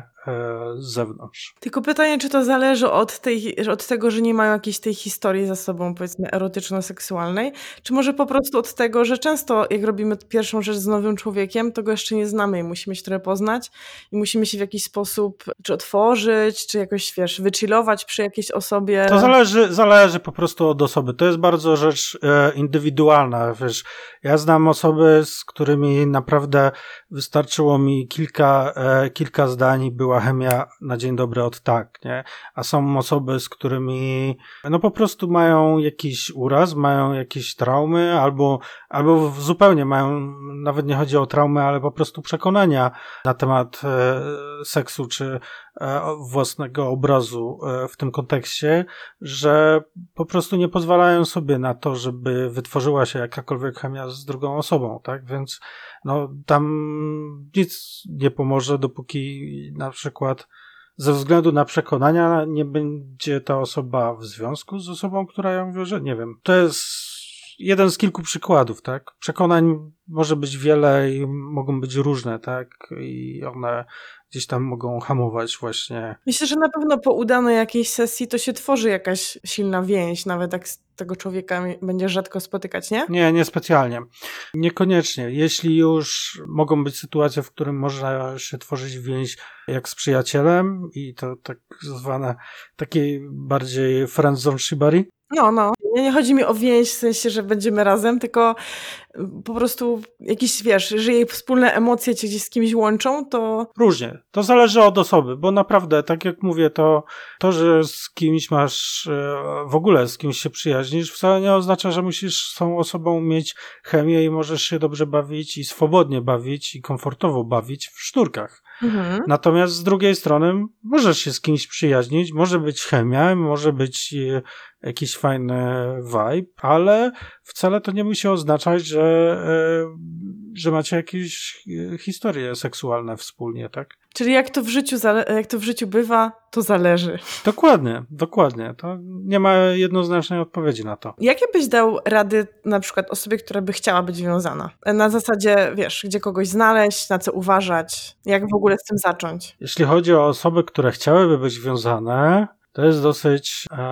z zewnątrz. Tylko pytanie, czy to zależy od, tej, od tego, że nie mają jakiejś tej historii za sobą, powiedzmy, erotyczno-seksualnej, czy może po prostu od tego, że często jak robimy pierwszą rzecz z nowym człowiekiem, to go jeszcze nie znamy i musimy się trochę poznać i musimy się w jakiś sposób czy otworzyć, czy jakoś, wiesz, wychillować przy jakiejś osobie. To zależy, zależy po prostu od osoby. To jest bardzo rzecz e, indywidualna, wiesz. Ja znam osoby, z którymi naprawdę wystarczyło mi kilka, e, kilka zdań i była chemia na dzień dobry od tak, nie? A są osoby, z którymi no po prostu mają jakiś uraz, mają jakieś traumy, albo, albo zupełnie mają, nawet nie chodzi o traumy, ale po prostu przekonania na temat e, seksu, czy e, własnego obrazu e, w tym kontekście, że po prostu nie pozwalają sobie na to, żeby wytworzyła się jakakolwiek chemia z drugą osobą, tak? Więc no tam nic nie pomoże, dopóki na przykład ze względu na przekonania nie będzie ta osoba w związku z osobą, która ją wiąże. Nie wiem. To jest jeden z kilku przykładów, tak? Przekonań może być wiele i mogą być różne, tak? I one gdzieś tam mogą hamować właśnie. Myślę, że na pewno po udanej jakiejś sesji to się tworzy jakaś silna więź, nawet jak z tego człowieka będzie rzadko spotykać, nie? Nie, niespecjalnie. Niekoniecznie. Jeśli już mogą być sytuacje, w którym można się tworzyć więź jak z przyjacielem i to tak zwane takiej bardziej friendzone shibari. No, no. Nie, nie chodzi mi o więź w sensie, że będziemy razem, tylko po prostu jakiś, wiesz, jeżeli wspólne emocje cię gdzieś z kimś łączą, to... Różnie. To zależy od osoby, bo naprawdę, tak jak mówię, to, to że z kimś masz, w ogóle z kimś się przyjaźnisz, wcale nie oznacza, że musisz z tą osobą mieć chemię i możesz się dobrze bawić i swobodnie bawić i komfortowo bawić w sznurkach. Mhm. Natomiast z drugiej strony możesz się z kimś przyjaźnić, może być chemia, może być jakiś fajny vibe, ale wcale to nie musi oznaczać, że, że macie jakieś historie seksualne wspólnie, tak? Czyli jak to w życiu, zale- jak to w życiu bywa, to zależy. Dokładnie, dokładnie. To nie ma jednoznacznej odpowiedzi na to. Jakie byś dał rady na przykład osobie, która by chciała być wiązana? Na zasadzie, wiesz, gdzie kogoś znaleźć, na co uważać, jak w ogóle z tym zacząć? Jeśli chodzi o osoby, które chciałyby być wiązane, to jest dosyć e,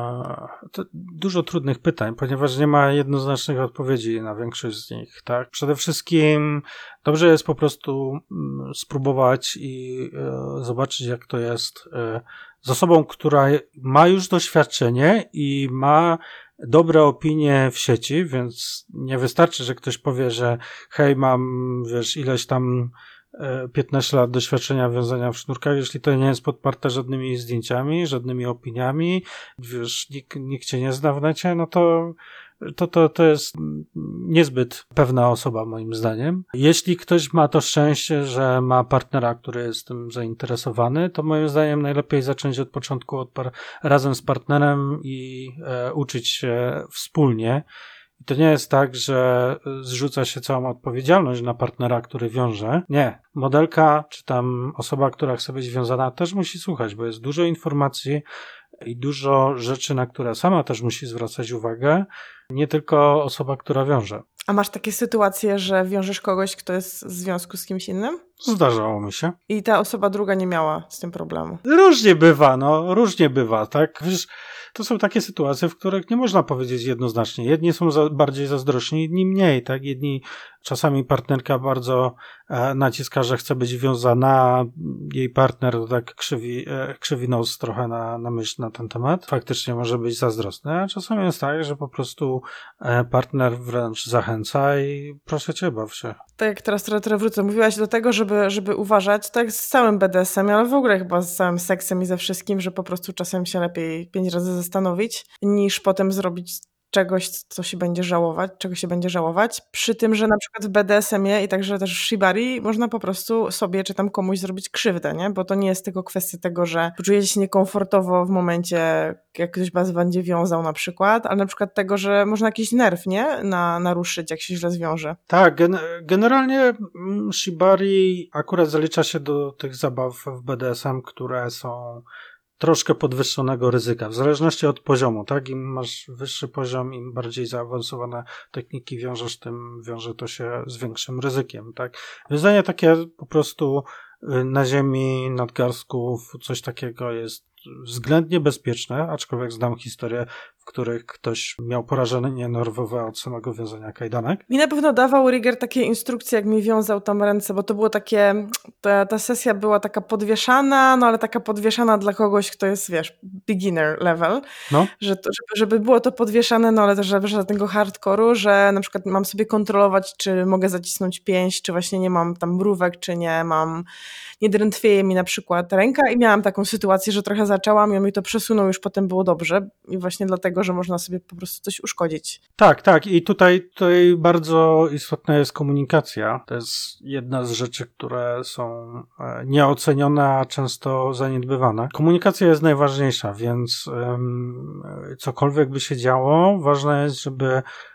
to dużo trudnych pytań, ponieważ nie ma jednoznacznych odpowiedzi na większość z nich, tak? Przede wszystkim dobrze jest po prostu mm, spróbować i e, zobaczyć, jak to jest e, z osobą, która ma już doświadczenie i ma dobre opinie w sieci, więc nie wystarczy, że ktoś powie, że hej, mam, wiesz, ileś tam piętnaście lat doświadczenia wiązania w sznurkach, jeśli to nie jest podparte żadnymi zdjęciami, żadnymi opiniami, wiesz, nikt, nikt cię nie zna w necie, no to, to, to, to jest niezbyt pewna osoba moim zdaniem. Jeśli ktoś ma to szczęście, że ma partnera, który jest tym zainteresowany, to moim zdaniem najlepiej zacząć od początku od par- razem z partnerem i e, uczyć się wspólnie. I to nie jest tak, że zrzuca się całą odpowiedzialność na partnera, który wiąże. Nie. Modelka, czy tam osoba, która chce być związana, też musi słuchać, bo jest dużo informacji i dużo rzeczy, na które sama też musi zwracać uwagę. Nie tylko osoba, która wiąże. A masz takie sytuacje, że wiążesz kogoś, kto jest w związku z kimś innym? Zdarzało mi się. I ta osoba druga nie miała z tym problemu? Różnie bywa, no. Różnie bywa, tak? Wiesz, to są takie sytuacje, w których nie można powiedzieć jednoznacznie. Jedni są za, bardziej zazdrośni, inni mniej, tak? Jedni, czasami partnerka bardzo e, naciska, że chce być wiązana, a jej partner to tak krzywi, e, krzywi nos trochę na, na myśl na ten temat. Faktycznie może być zazdrosny, a czasami jest tak, że po prostu e, partner wręcz zachęca i proszę cię, baw się. Tak jak teraz trochę, trochę wrócę, mówiłaś do tego, żeby, żeby uważać, tak z całym B D S em, ale w ogóle chyba z całym seksem i ze wszystkim, że po prostu czasem się lepiej pięć razy zastanowić, niż potem zrobić czegoś, co się będzie żałować, czego się będzie żałować. Przy tym, że na przykład w B D S emie i także też w shibari można po prostu sobie czy tam komuś zrobić krzywdę, nie? Bo to nie jest tylko kwestia tego, że poczujecie się niekomfortowo w momencie, jak ktoś was będzie wiązał na przykład, ale na przykład tego, że można jakiś nerw, nie? Na, naruszyć, jak się źle zwiąże. Tak, gen- generalnie shibari akurat zalicza się do tych zabaw w B D S M, które są troszkę podwyższonego ryzyka, w zależności od poziomu, tak? Im masz wyższy poziom, im bardziej zaawansowane techniki wiążesz, tym wiąże to się z większym ryzykiem, tak? Wiązanie takie po prostu na ziemi, nadgarstków, coś takiego jest względnie bezpieczne, aczkolwiek znam historię, w których ktoś miał porażenie nerwowe od samego wiązania kajdanek. Mi na pewno dawał Rigger takie instrukcje, jak mi wiązał tam ręce, bo to było takie, ta, ta sesja była taka podwieszana, no ale taka podwieszana dla kogoś, kto jest, wiesz, beginner level, No. że to, żeby, żeby było to podwieszane, no ale też żeby żadnego hardkoru, że na przykład mam sobie kontrolować, czy mogę zacisnąć pięść, czy właśnie nie mam tam mrówek, czy nie mam, nie drętwieje mi na przykład ręka i miałam taką sytuację, że trochę zaczęłam i on mi to przesunął, już potem było dobrze i właśnie dlatego, że można sobie po prostu coś uszkodzić. Tak, tak i tutaj, tutaj bardzo istotna jest komunikacja. To jest jedna z rzeczy, które są nieocenione, a często zaniedbywane. Komunikacja jest najważniejsza, więc um, cokolwiek by się działo, ważne jest, żeby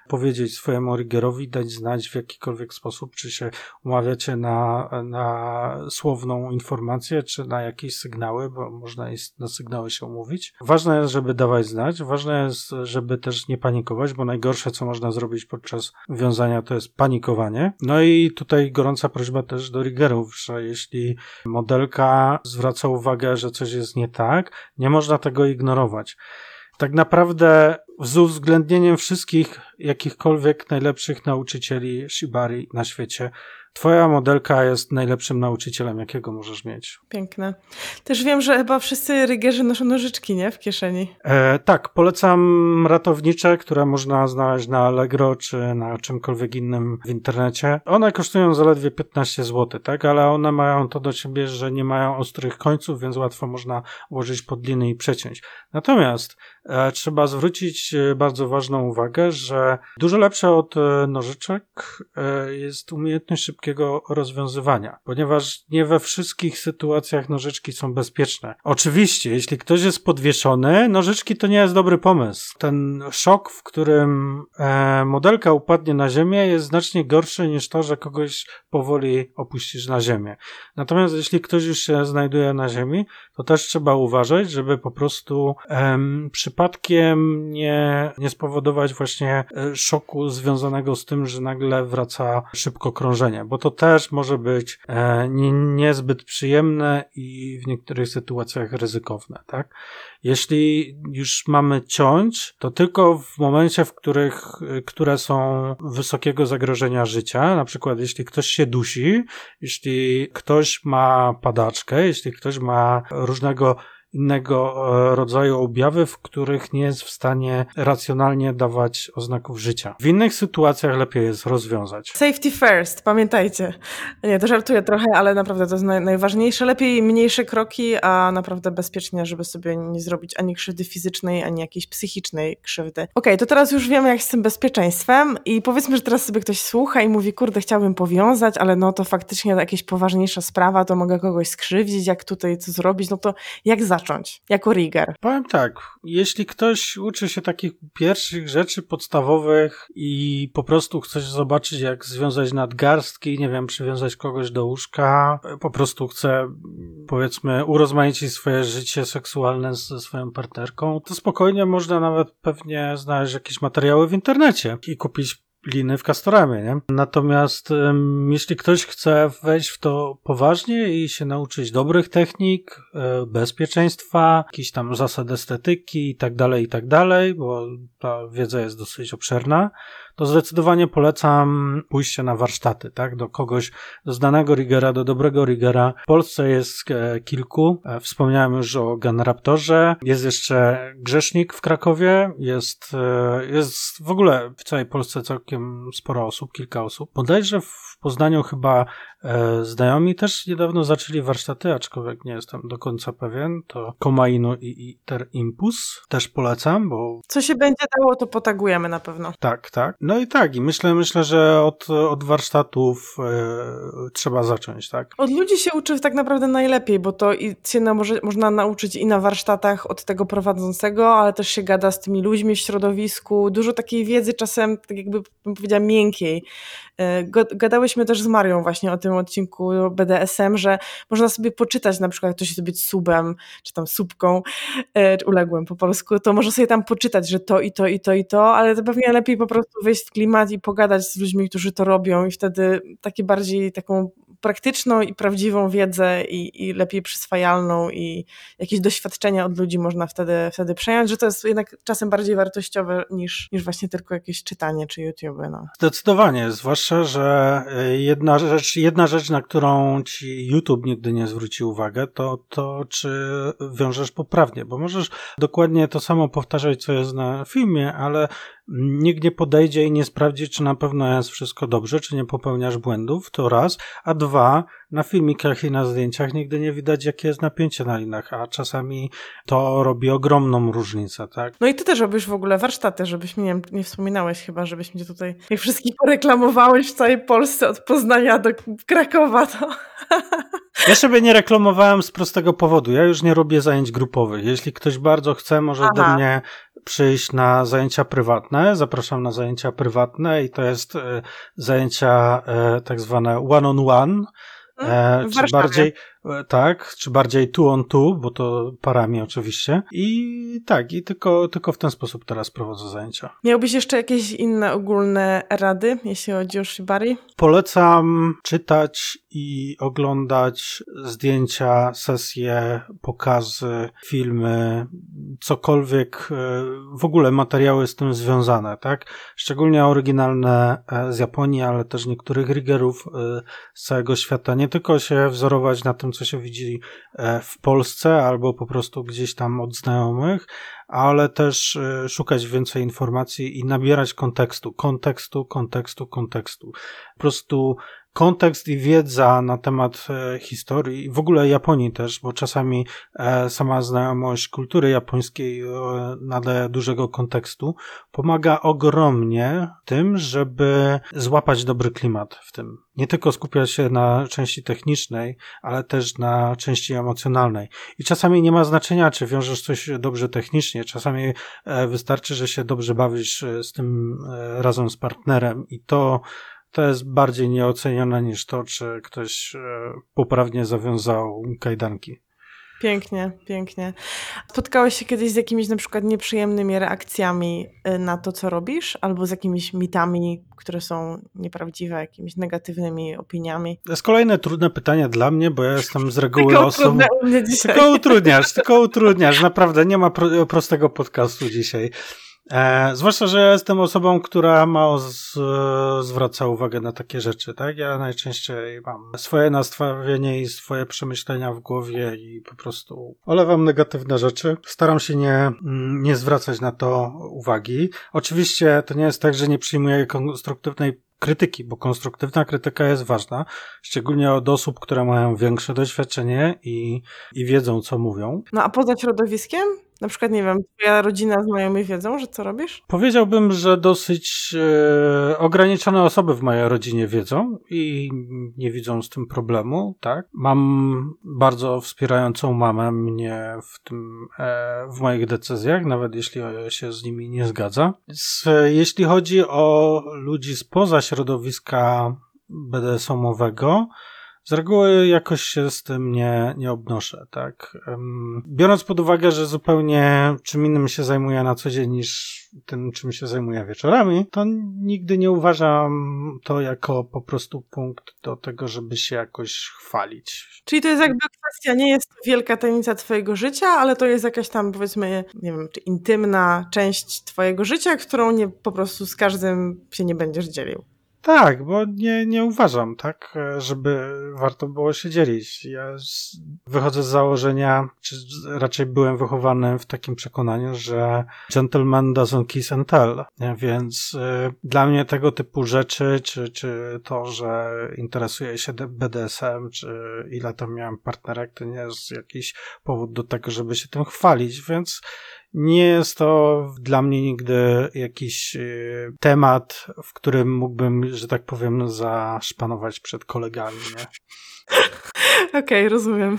powiedzieć swojemu riggerowi, dać znać w jakikolwiek sposób, czy się umawiacie na, na słowną informację, czy na jakieś sygnały, bo można jest na sygnały się umówić. Ważne jest, żeby dawać znać, ważne jest, żeby też nie panikować, bo najgorsze, co można zrobić podczas wiązania, to jest panikowanie. No i tutaj gorąca prośba też do riggerów, że jeśli modelka zwraca uwagę, że coś jest nie tak, nie można tego ignorować. Tak naprawdę z uwzględnieniem wszystkich jakichkolwiek najlepszych nauczycieli shibari na świecie, twoja modelka jest najlepszym nauczycielem, jakiego możesz mieć. Piękne. Też wiem, że chyba wszyscy riggerzy noszą nożyczki, nie? W kieszeni. E, tak, polecam ratownicze, które można znaleźć na Allegro czy na czymkolwiek innym w internecie. One kosztują zaledwie piętnaście złotych, tak? Ale one mają to do siebie, że nie mają ostrych końców, więc łatwo można włożyć pod liny i przeciąć. Natomiast e, trzeba zwrócić bardzo ważną uwagę, że dużo lepsze od e, nożyczek e, jest umiejętność szybkiego rozwiązywania, ponieważ nie we wszystkich sytuacjach nożyczki są bezpieczne. Oczywiście, jeśli ktoś jest podwieszony, nożyczki to nie jest dobry pomysł. Ten szok, w którym e, modelka upadnie na ziemię, jest znacznie gorszy niż to, że kogoś powoli opuścisz na ziemię. Natomiast jeśli ktoś już się znajduje na ziemi, to też trzeba uważać, żeby po prostu em, przypadkiem nie, nie spowodować właśnie e, szoku związanego z tym, że nagle wraca szybko krążenie, bo to też może być e, nie, niezbyt przyjemne i w niektórych sytuacjach ryzykowne, tak? Jeśli już mamy ciąć, to tylko w momencie, w których, które są wysokiego zagrożenia życia, na przykład jeśli ktoś się dusi, jeśli ktoś ma padaczkę, jeśli ktoś ma różnego innego rodzaju objawy, w których nie jest w stanie racjonalnie dawać oznaków życia. W innych sytuacjach lepiej jest rozwiązać. Safety first, pamiętajcie. Nie, to żartuję trochę, ale naprawdę to jest naj, najważniejsze. Lepiej mniejsze kroki, a naprawdę bezpiecznie, żeby sobie nie zrobić ani krzywdy fizycznej, ani jakiejś psychicznej krzywdy. Okej, okay, to teraz już wiemy, jak z tym bezpieczeństwem i powiedzmy, że teraz sobie ktoś słucha i mówi, kurde, chciałbym powiązać, ale no to faktycznie jakaś poważniejsza sprawa, to mogę kogoś skrzywdzić, jak tutaj co zrobić, no to jak zacząć? Jako rigger? Powiem tak, jeśli ktoś uczy się takich pierwszych rzeczy podstawowych i po prostu chce zobaczyć, jak związać nadgarstki, nie wiem, przywiązać kogoś do łóżka, po prostu chce, powiedzmy, urozmaicić swoje życie seksualne ze swoją partnerką, to spokojnie można nawet pewnie znaleźć jakieś materiały w internecie i kupić liny w Castoramie, nie? Natomiast um, jeśli ktoś chce wejść w to poważnie i się nauczyć dobrych technik, e, bezpieczeństwa, jakichś tam zasad estetyki i tak dalej, i tak dalej, bo ta wiedza jest dosyć obszerna, to zdecydowanie polecam pójście na warsztaty, tak? Do kogoś, do znanego riggera, do dobrego riggera. W Polsce jest e, kilku. E, wspomniałem już o Gunraptorze. Jest jeszcze Grzesznik w Krakowie. Jest, e, jest w ogóle w całej Polsce całkiem sporo osób, kilka osób. Bodajże w Poznaniu chyba e, znajomi też niedawno zaczęli warsztaty, aczkolwiek nie jestem do końca pewien. To Komainu i Iter Impus. Też polecam, bo... Co się będzie dało, to potagujemy na pewno. Tak, tak. No i tak, i myślę, myślę, że od, od warsztatów e, trzeba zacząć, tak? Od ludzi się uczy tak naprawdę najlepiej, bo to i się na, może, można nauczyć i na warsztatach od tego prowadzącego, ale też się gada z tymi ludźmi w środowisku. Dużo takiej wiedzy czasem, tak jakby bym powiedziała, miękkiej. E, gadałyśmy też z Marią właśnie o tym odcinku B D S M, że można sobie poczytać, na przykład ktoś chce być subem, czy tam subką, e, czy uległym po polsku, to może sobie tam poczytać, że to i to i to i to, ale to pewnie lepiej po prostu wejść w klimat i pogadać z ludźmi, którzy to robią i wtedy takie bardziej taką praktyczną i prawdziwą wiedzę i, i lepiej przyswajalną i jakieś doświadczenia od ludzi można wtedy, wtedy przejąć, że to jest jednak czasem bardziej wartościowe niż, niż właśnie tylko jakieś czytanie czy YouTube. No. Zdecydowanie, zwłaszcza, że jedna rzecz, jedna rzecz, na którą ci YouTube nigdy nie zwróci uwagę, to to, czy wiążesz poprawnie, bo możesz dokładnie to samo powtarzać, co jest na filmie, ale nikt nie podejdzie i nie sprawdzi, czy na pewno jest wszystko dobrze, czy nie popełniasz błędów, to raz, a dwa, na filmikach i na zdjęciach nigdy nie widać, jakie jest napięcie na linach, a czasami to robi ogromną różnicę, tak? No i ty też robisz w ogóle warsztaty, żebyś mi nie, nie wspominałeś chyba, żebyś mnie tutaj, jak wszystkich poreklamowałeś w całej Polsce, od Poznania do Krakowa, to... Ja sobie nie reklamowałem z prostego powodu. Ja już nie robię zajęć grupowych. Jeśli ktoś bardzo chce, może Aha. do mnie przyjść na zajęcia prywatne. Zapraszam na zajęcia prywatne i to jest e, zajęcia e, tak zwane one-on-one. E, w czy Warszawie. bardziej, e, tak, czy bardziej two on two, bo to parami oczywiście. I tak, i tylko, tylko w ten sposób teraz prowadzę zajęcia. Miałbyś jeszcze jakieś inne ogólne rady, jeśli chodzi o shibari? Polecam czytać i oglądać zdjęcia, sesje, pokazy, filmy, cokolwiek, e, w ogóle materiały z tym związane, tak? Szczególnie oryginalne e, z Japonii, ale też niektórych riggerów e, z całego świata. Nie tylko się wzorować na tym, co się widzi e, w Polsce albo po prostu gdzieś tam od znajomych, ale też e, szukać więcej informacji i nabierać kontekstu, kontekstu, kontekstu, kontekstu. Po prostu kontekst i wiedza na temat e, historii i w ogóle Japonii też, bo czasami e, sama znajomość kultury japońskiej e, nadaje dużego kontekstu, pomaga ogromnie w tym, żeby złapać dobry klimat w tym. Nie tylko skupiać się na części technicznej, ale też na części emocjonalnej. I czasami nie ma znaczenia, czy wiążesz coś dobrze technicznie, czasami e, wystarczy, że się dobrze bawisz e, z tym e, razem z partnerem i to To jest bardziej nieocenione niż to, czy ktoś e, poprawnie zawiązał kajdanki. Pięknie, pięknie. Spotkałeś się kiedyś z jakimiś na przykład nieprzyjemnymi reakcjami y, na to, co robisz? Albo z jakimiś mitami, które są nieprawdziwe, jakimiś negatywnymi opiniami? To jest kolejne trudne pytanie dla mnie, bo ja jestem z reguły Tylko osobą... trudne u mnie dzisiaj. Tylko utrudniasz, tylko utrudniasz. Naprawdę, nie ma pro, prostego podcastu dzisiaj. E, zwłaszcza, że ja jestem osobą, która mało z, zwraca uwagę na takie rzeczy, tak? Ja najczęściej mam swoje nastawienie i swoje przemyślenia w głowie i po prostu olewam negatywne rzeczy. Staram się nie, nie zwracać na to uwagi. Oczywiście to nie jest tak, że nie przyjmuję konstruktywnej krytyki, bo konstruktywna krytyka jest ważna, szczególnie od osób, które mają większe doświadczenie i, i wiedzą, co mówią. No a poza środowiskiem? Na przykład, nie wiem, twoja rodzina, znajomi wiedzą, że co robisz? Powiedziałbym, że dosyć e, ograniczone osoby w mojej rodzinie wiedzą i nie widzą z tym problemu, tak. Mam bardzo wspierającą mamę mnie w tym, e, w moich decyzjach, nawet jeśli się z nimi nie zgadza. Z, jeśli chodzi o ludzi spoza środowiska be de es emowego, z reguły jakoś się z tym nie, nie obnoszę, tak. Biorąc pod uwagę, że zupełnie czym innym się zajmuję na co dzień niż tym, czym się zajmuję wieczorami, to nigdy nie uważam to jako po prostu punkt do tego, żeby się jakoś chwalić. Czyli to jest jakby kwestia, nie jest to wielka tajemnica twojego życia, ale to jest jakaś tam, powiedzmy, nie wiem, czy intymna część twojego życia, którą nie, po prostu z każdym się nie będziesz dzielił. Tak, bo nie, nie uważam, tak, żeby warto było się dzielić. Ja z, wychodzę z założenia, czy raczej byłem wychowany w takim przekonaniu, że gentleman doesn't kiss and tell, nie? Więc y, dla mnie tego typu rzeczy, czy, czy to, że interesuję się be de es em, czy ile tam miałem partnerek, to nie jest jakiś powód do tego, żeby się tym chwalić, więc nie jest to dla mnie nigdy jakiś y, temat, w którym mógłbym, że tak powiem, zaszpanować przed kolegami, nie? Okej, okay, rozumiem.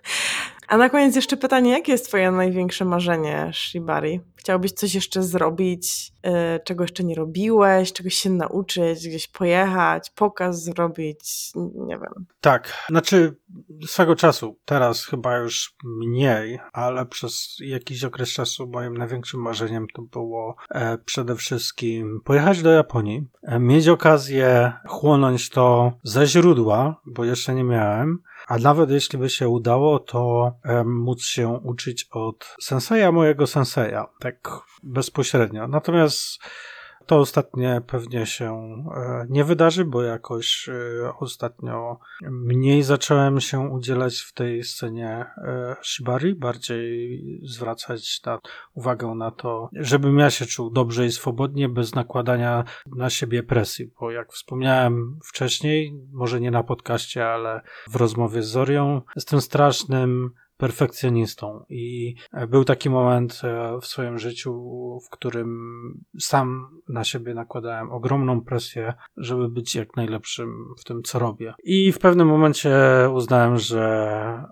A na koniec jeszcze pytanie, jakie jest twoje największe marzenie shibari? Chciałbyś coś jeszcze zrobić, yy, czego jeszcze nie robiłeś, czegoś się nauczyć, gdzieś pojechać, pokaz zrobić, nie wiem. Tak, znaczy swego czasu, teraz chyba już mniej, ale przez jakiś okres czasu moim największym marzeniem to było e, przede wszystkim pojechać do Japonii, e, mieć okazję chłonąć to ze źródła, bo jeszcze nie miałem, a nawet jeśli by się udało, to e, móc się uczyć od senseja mojego senseja, tak bezpośrednio. Natomiast to ostatnie pewnie się nie wydarzy, bo jakoś ostatnio mniej zacząłem się udzielać w tej scenie shibari, bardziej zwracać na, uwagę na to, żebym ja się czuł dobrze i swobodnie, bez nakładania na siebie presji, bo jak wspomniałem wcześniej, może nie na podcaście, ale w rozmowie z Zorią, jestem strasznym perfekcjonistą i był taki moment w swoim życiu, w którym sam na siebie nakładałem ogromną presję, żeby być jak najlepszym w tym, co robię. I w pewnym momencie uznałem, że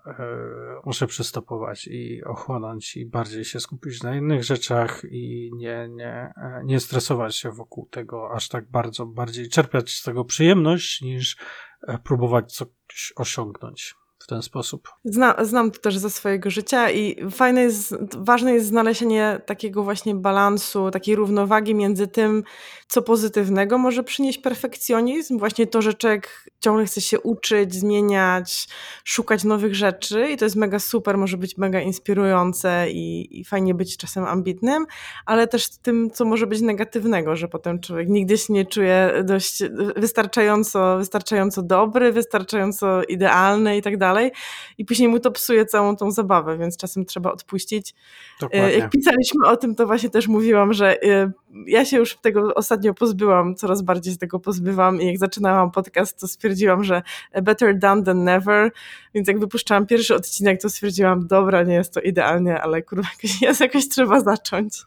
muszę przystopować i ochłonąć i bardziej się skupić na innych rzeczach i nie, nie, nie stresować się wokół tego aż tak bardzo, bardziej czerpać z tego przyjemność niż próbować coś osiągnąć w ten sposób. Zna, znam to też ze swojego życia i fajne jest, ważne jest znalezienie takiego właśnie balansu, takiej równowagi między tym, co pozytywnego może przynieść perfekcjonizm, właśnie to, że człowiek ciągle chce się uczyć, zmieniać, szukać nowych rzeczy i to jest mega super, może być mega inspirujące i, i fajnie być czasem ambitnym, ale też tym, co może być negatywnego, że potem człowiek nigdy się nie czuje dość wystarczająco, wystarczająco dobry, wystarczająco idealny i tak dalej. I później mu to psuje całą tą zabawę, więc czasem trzeba odpuścić. Dokładnie. Jak pisaliśmy o tym, to właśnie też mówiłam, że ja się już tego ostatnio pozbyłam, coraz bardziej z tego pozbywam i jak zaczynałam podcast, to stwierdziłam, że better done than never, więc jak wypuszczałam pierwszy odcinek, to stwierdziłam, dobra, nie jest to idealnie, ale kurwa, jakoś, jest, jakoś trzeba zacząć.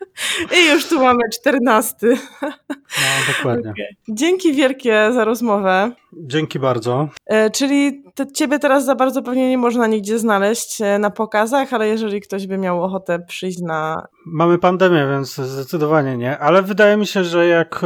I już tu mamy czternasty. No, dokładnie. Okay. Dzięki wielkie za rozmowę. Dzięki bardzo. E, czyli te, ciebie teraz za bardzo pewnie nie można nigdzie znaleźć e, na pokazach, ale jeżeli ktoś by miał ochotę przyjść na... Mamy pandemię, więc zdecydowanie nie, ale wydaje mi się, że jak e,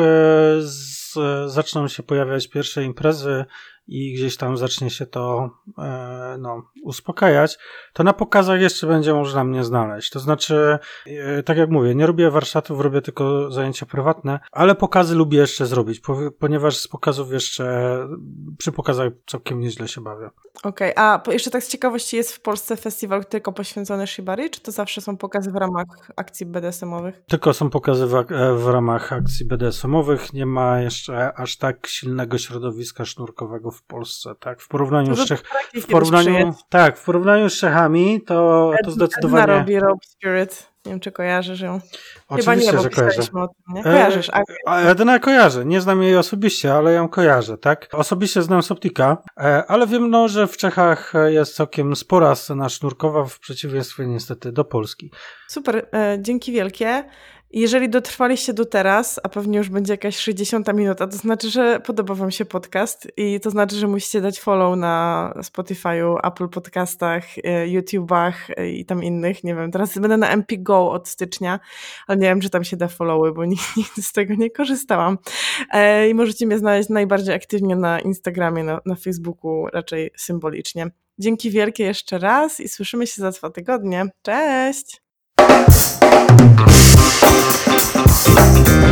z, zaczną się pojawiać pierwsze imprezy i gdzieś tam zacznie się to e, no, uspokajać, to na pokazach jeszcze będzie można mnie znaleźć. To znaczy, e, tak jak mówię, nie robię warsztatów, robię tylko zajęcia prywatne, ale pokazy lubię jeszcze zrobić, po, ponieważ z pokazów jeszcze, przy pokazach całkiem nieźle się bawię. Okej, okay. A jeszcze tak z ciekawości, jest w Polsce festiwal tylko poświęcony Shibari, czy to zawsze są pokazy w ramach akcji be de es emowych? Tylko są pokazy w, w ramach akcji be de es emowych, nie ma jeszcze aż tak silnego środowiska sznurkowego w Polsce, tak? W porównaniu z Czech... W porównaniu, tak, w porównaniu z Czechami to, to zdecydowanie... Edna robi Rope Spirit. Nie wiem, czy kojarzysz ją. Oczywiście, Chyba nie, że kojarzę. O tym, nie? Kojarzysz. A... Edna kojarzę. Nie znam jej osobiście, ale ją kojarzę, tak? Osobiście znam Soptika, ale wiem, no, że w Czechach jest całkiem spora scena sznurkowa w przeciwieństwie niestety do Polski. Super, dzięki wielkie. Jeżeli dotrwaliście do teraz, a pewnie już będzie jakaś sześćdziesiąta minuta, to znaczy, że podoba wam się podcast i to znaczy, że musicie dać follow na Spotify'u, Apple Podcastach, YouTubach i tam innych. Nie wiem, teraz będę na M P Go od stycznia, ale nie wiem, czy tam się da followy, bo nigdy, nigdy z tego nie korzystałam. I możecie mnie znaleźć najbardziej aktywnie na Instagramie, na, na Facebooku, raczej symbolicznie. Dzięki wielkie jeszcze raz i słyszymy się za dwa tygodnie. Cześć!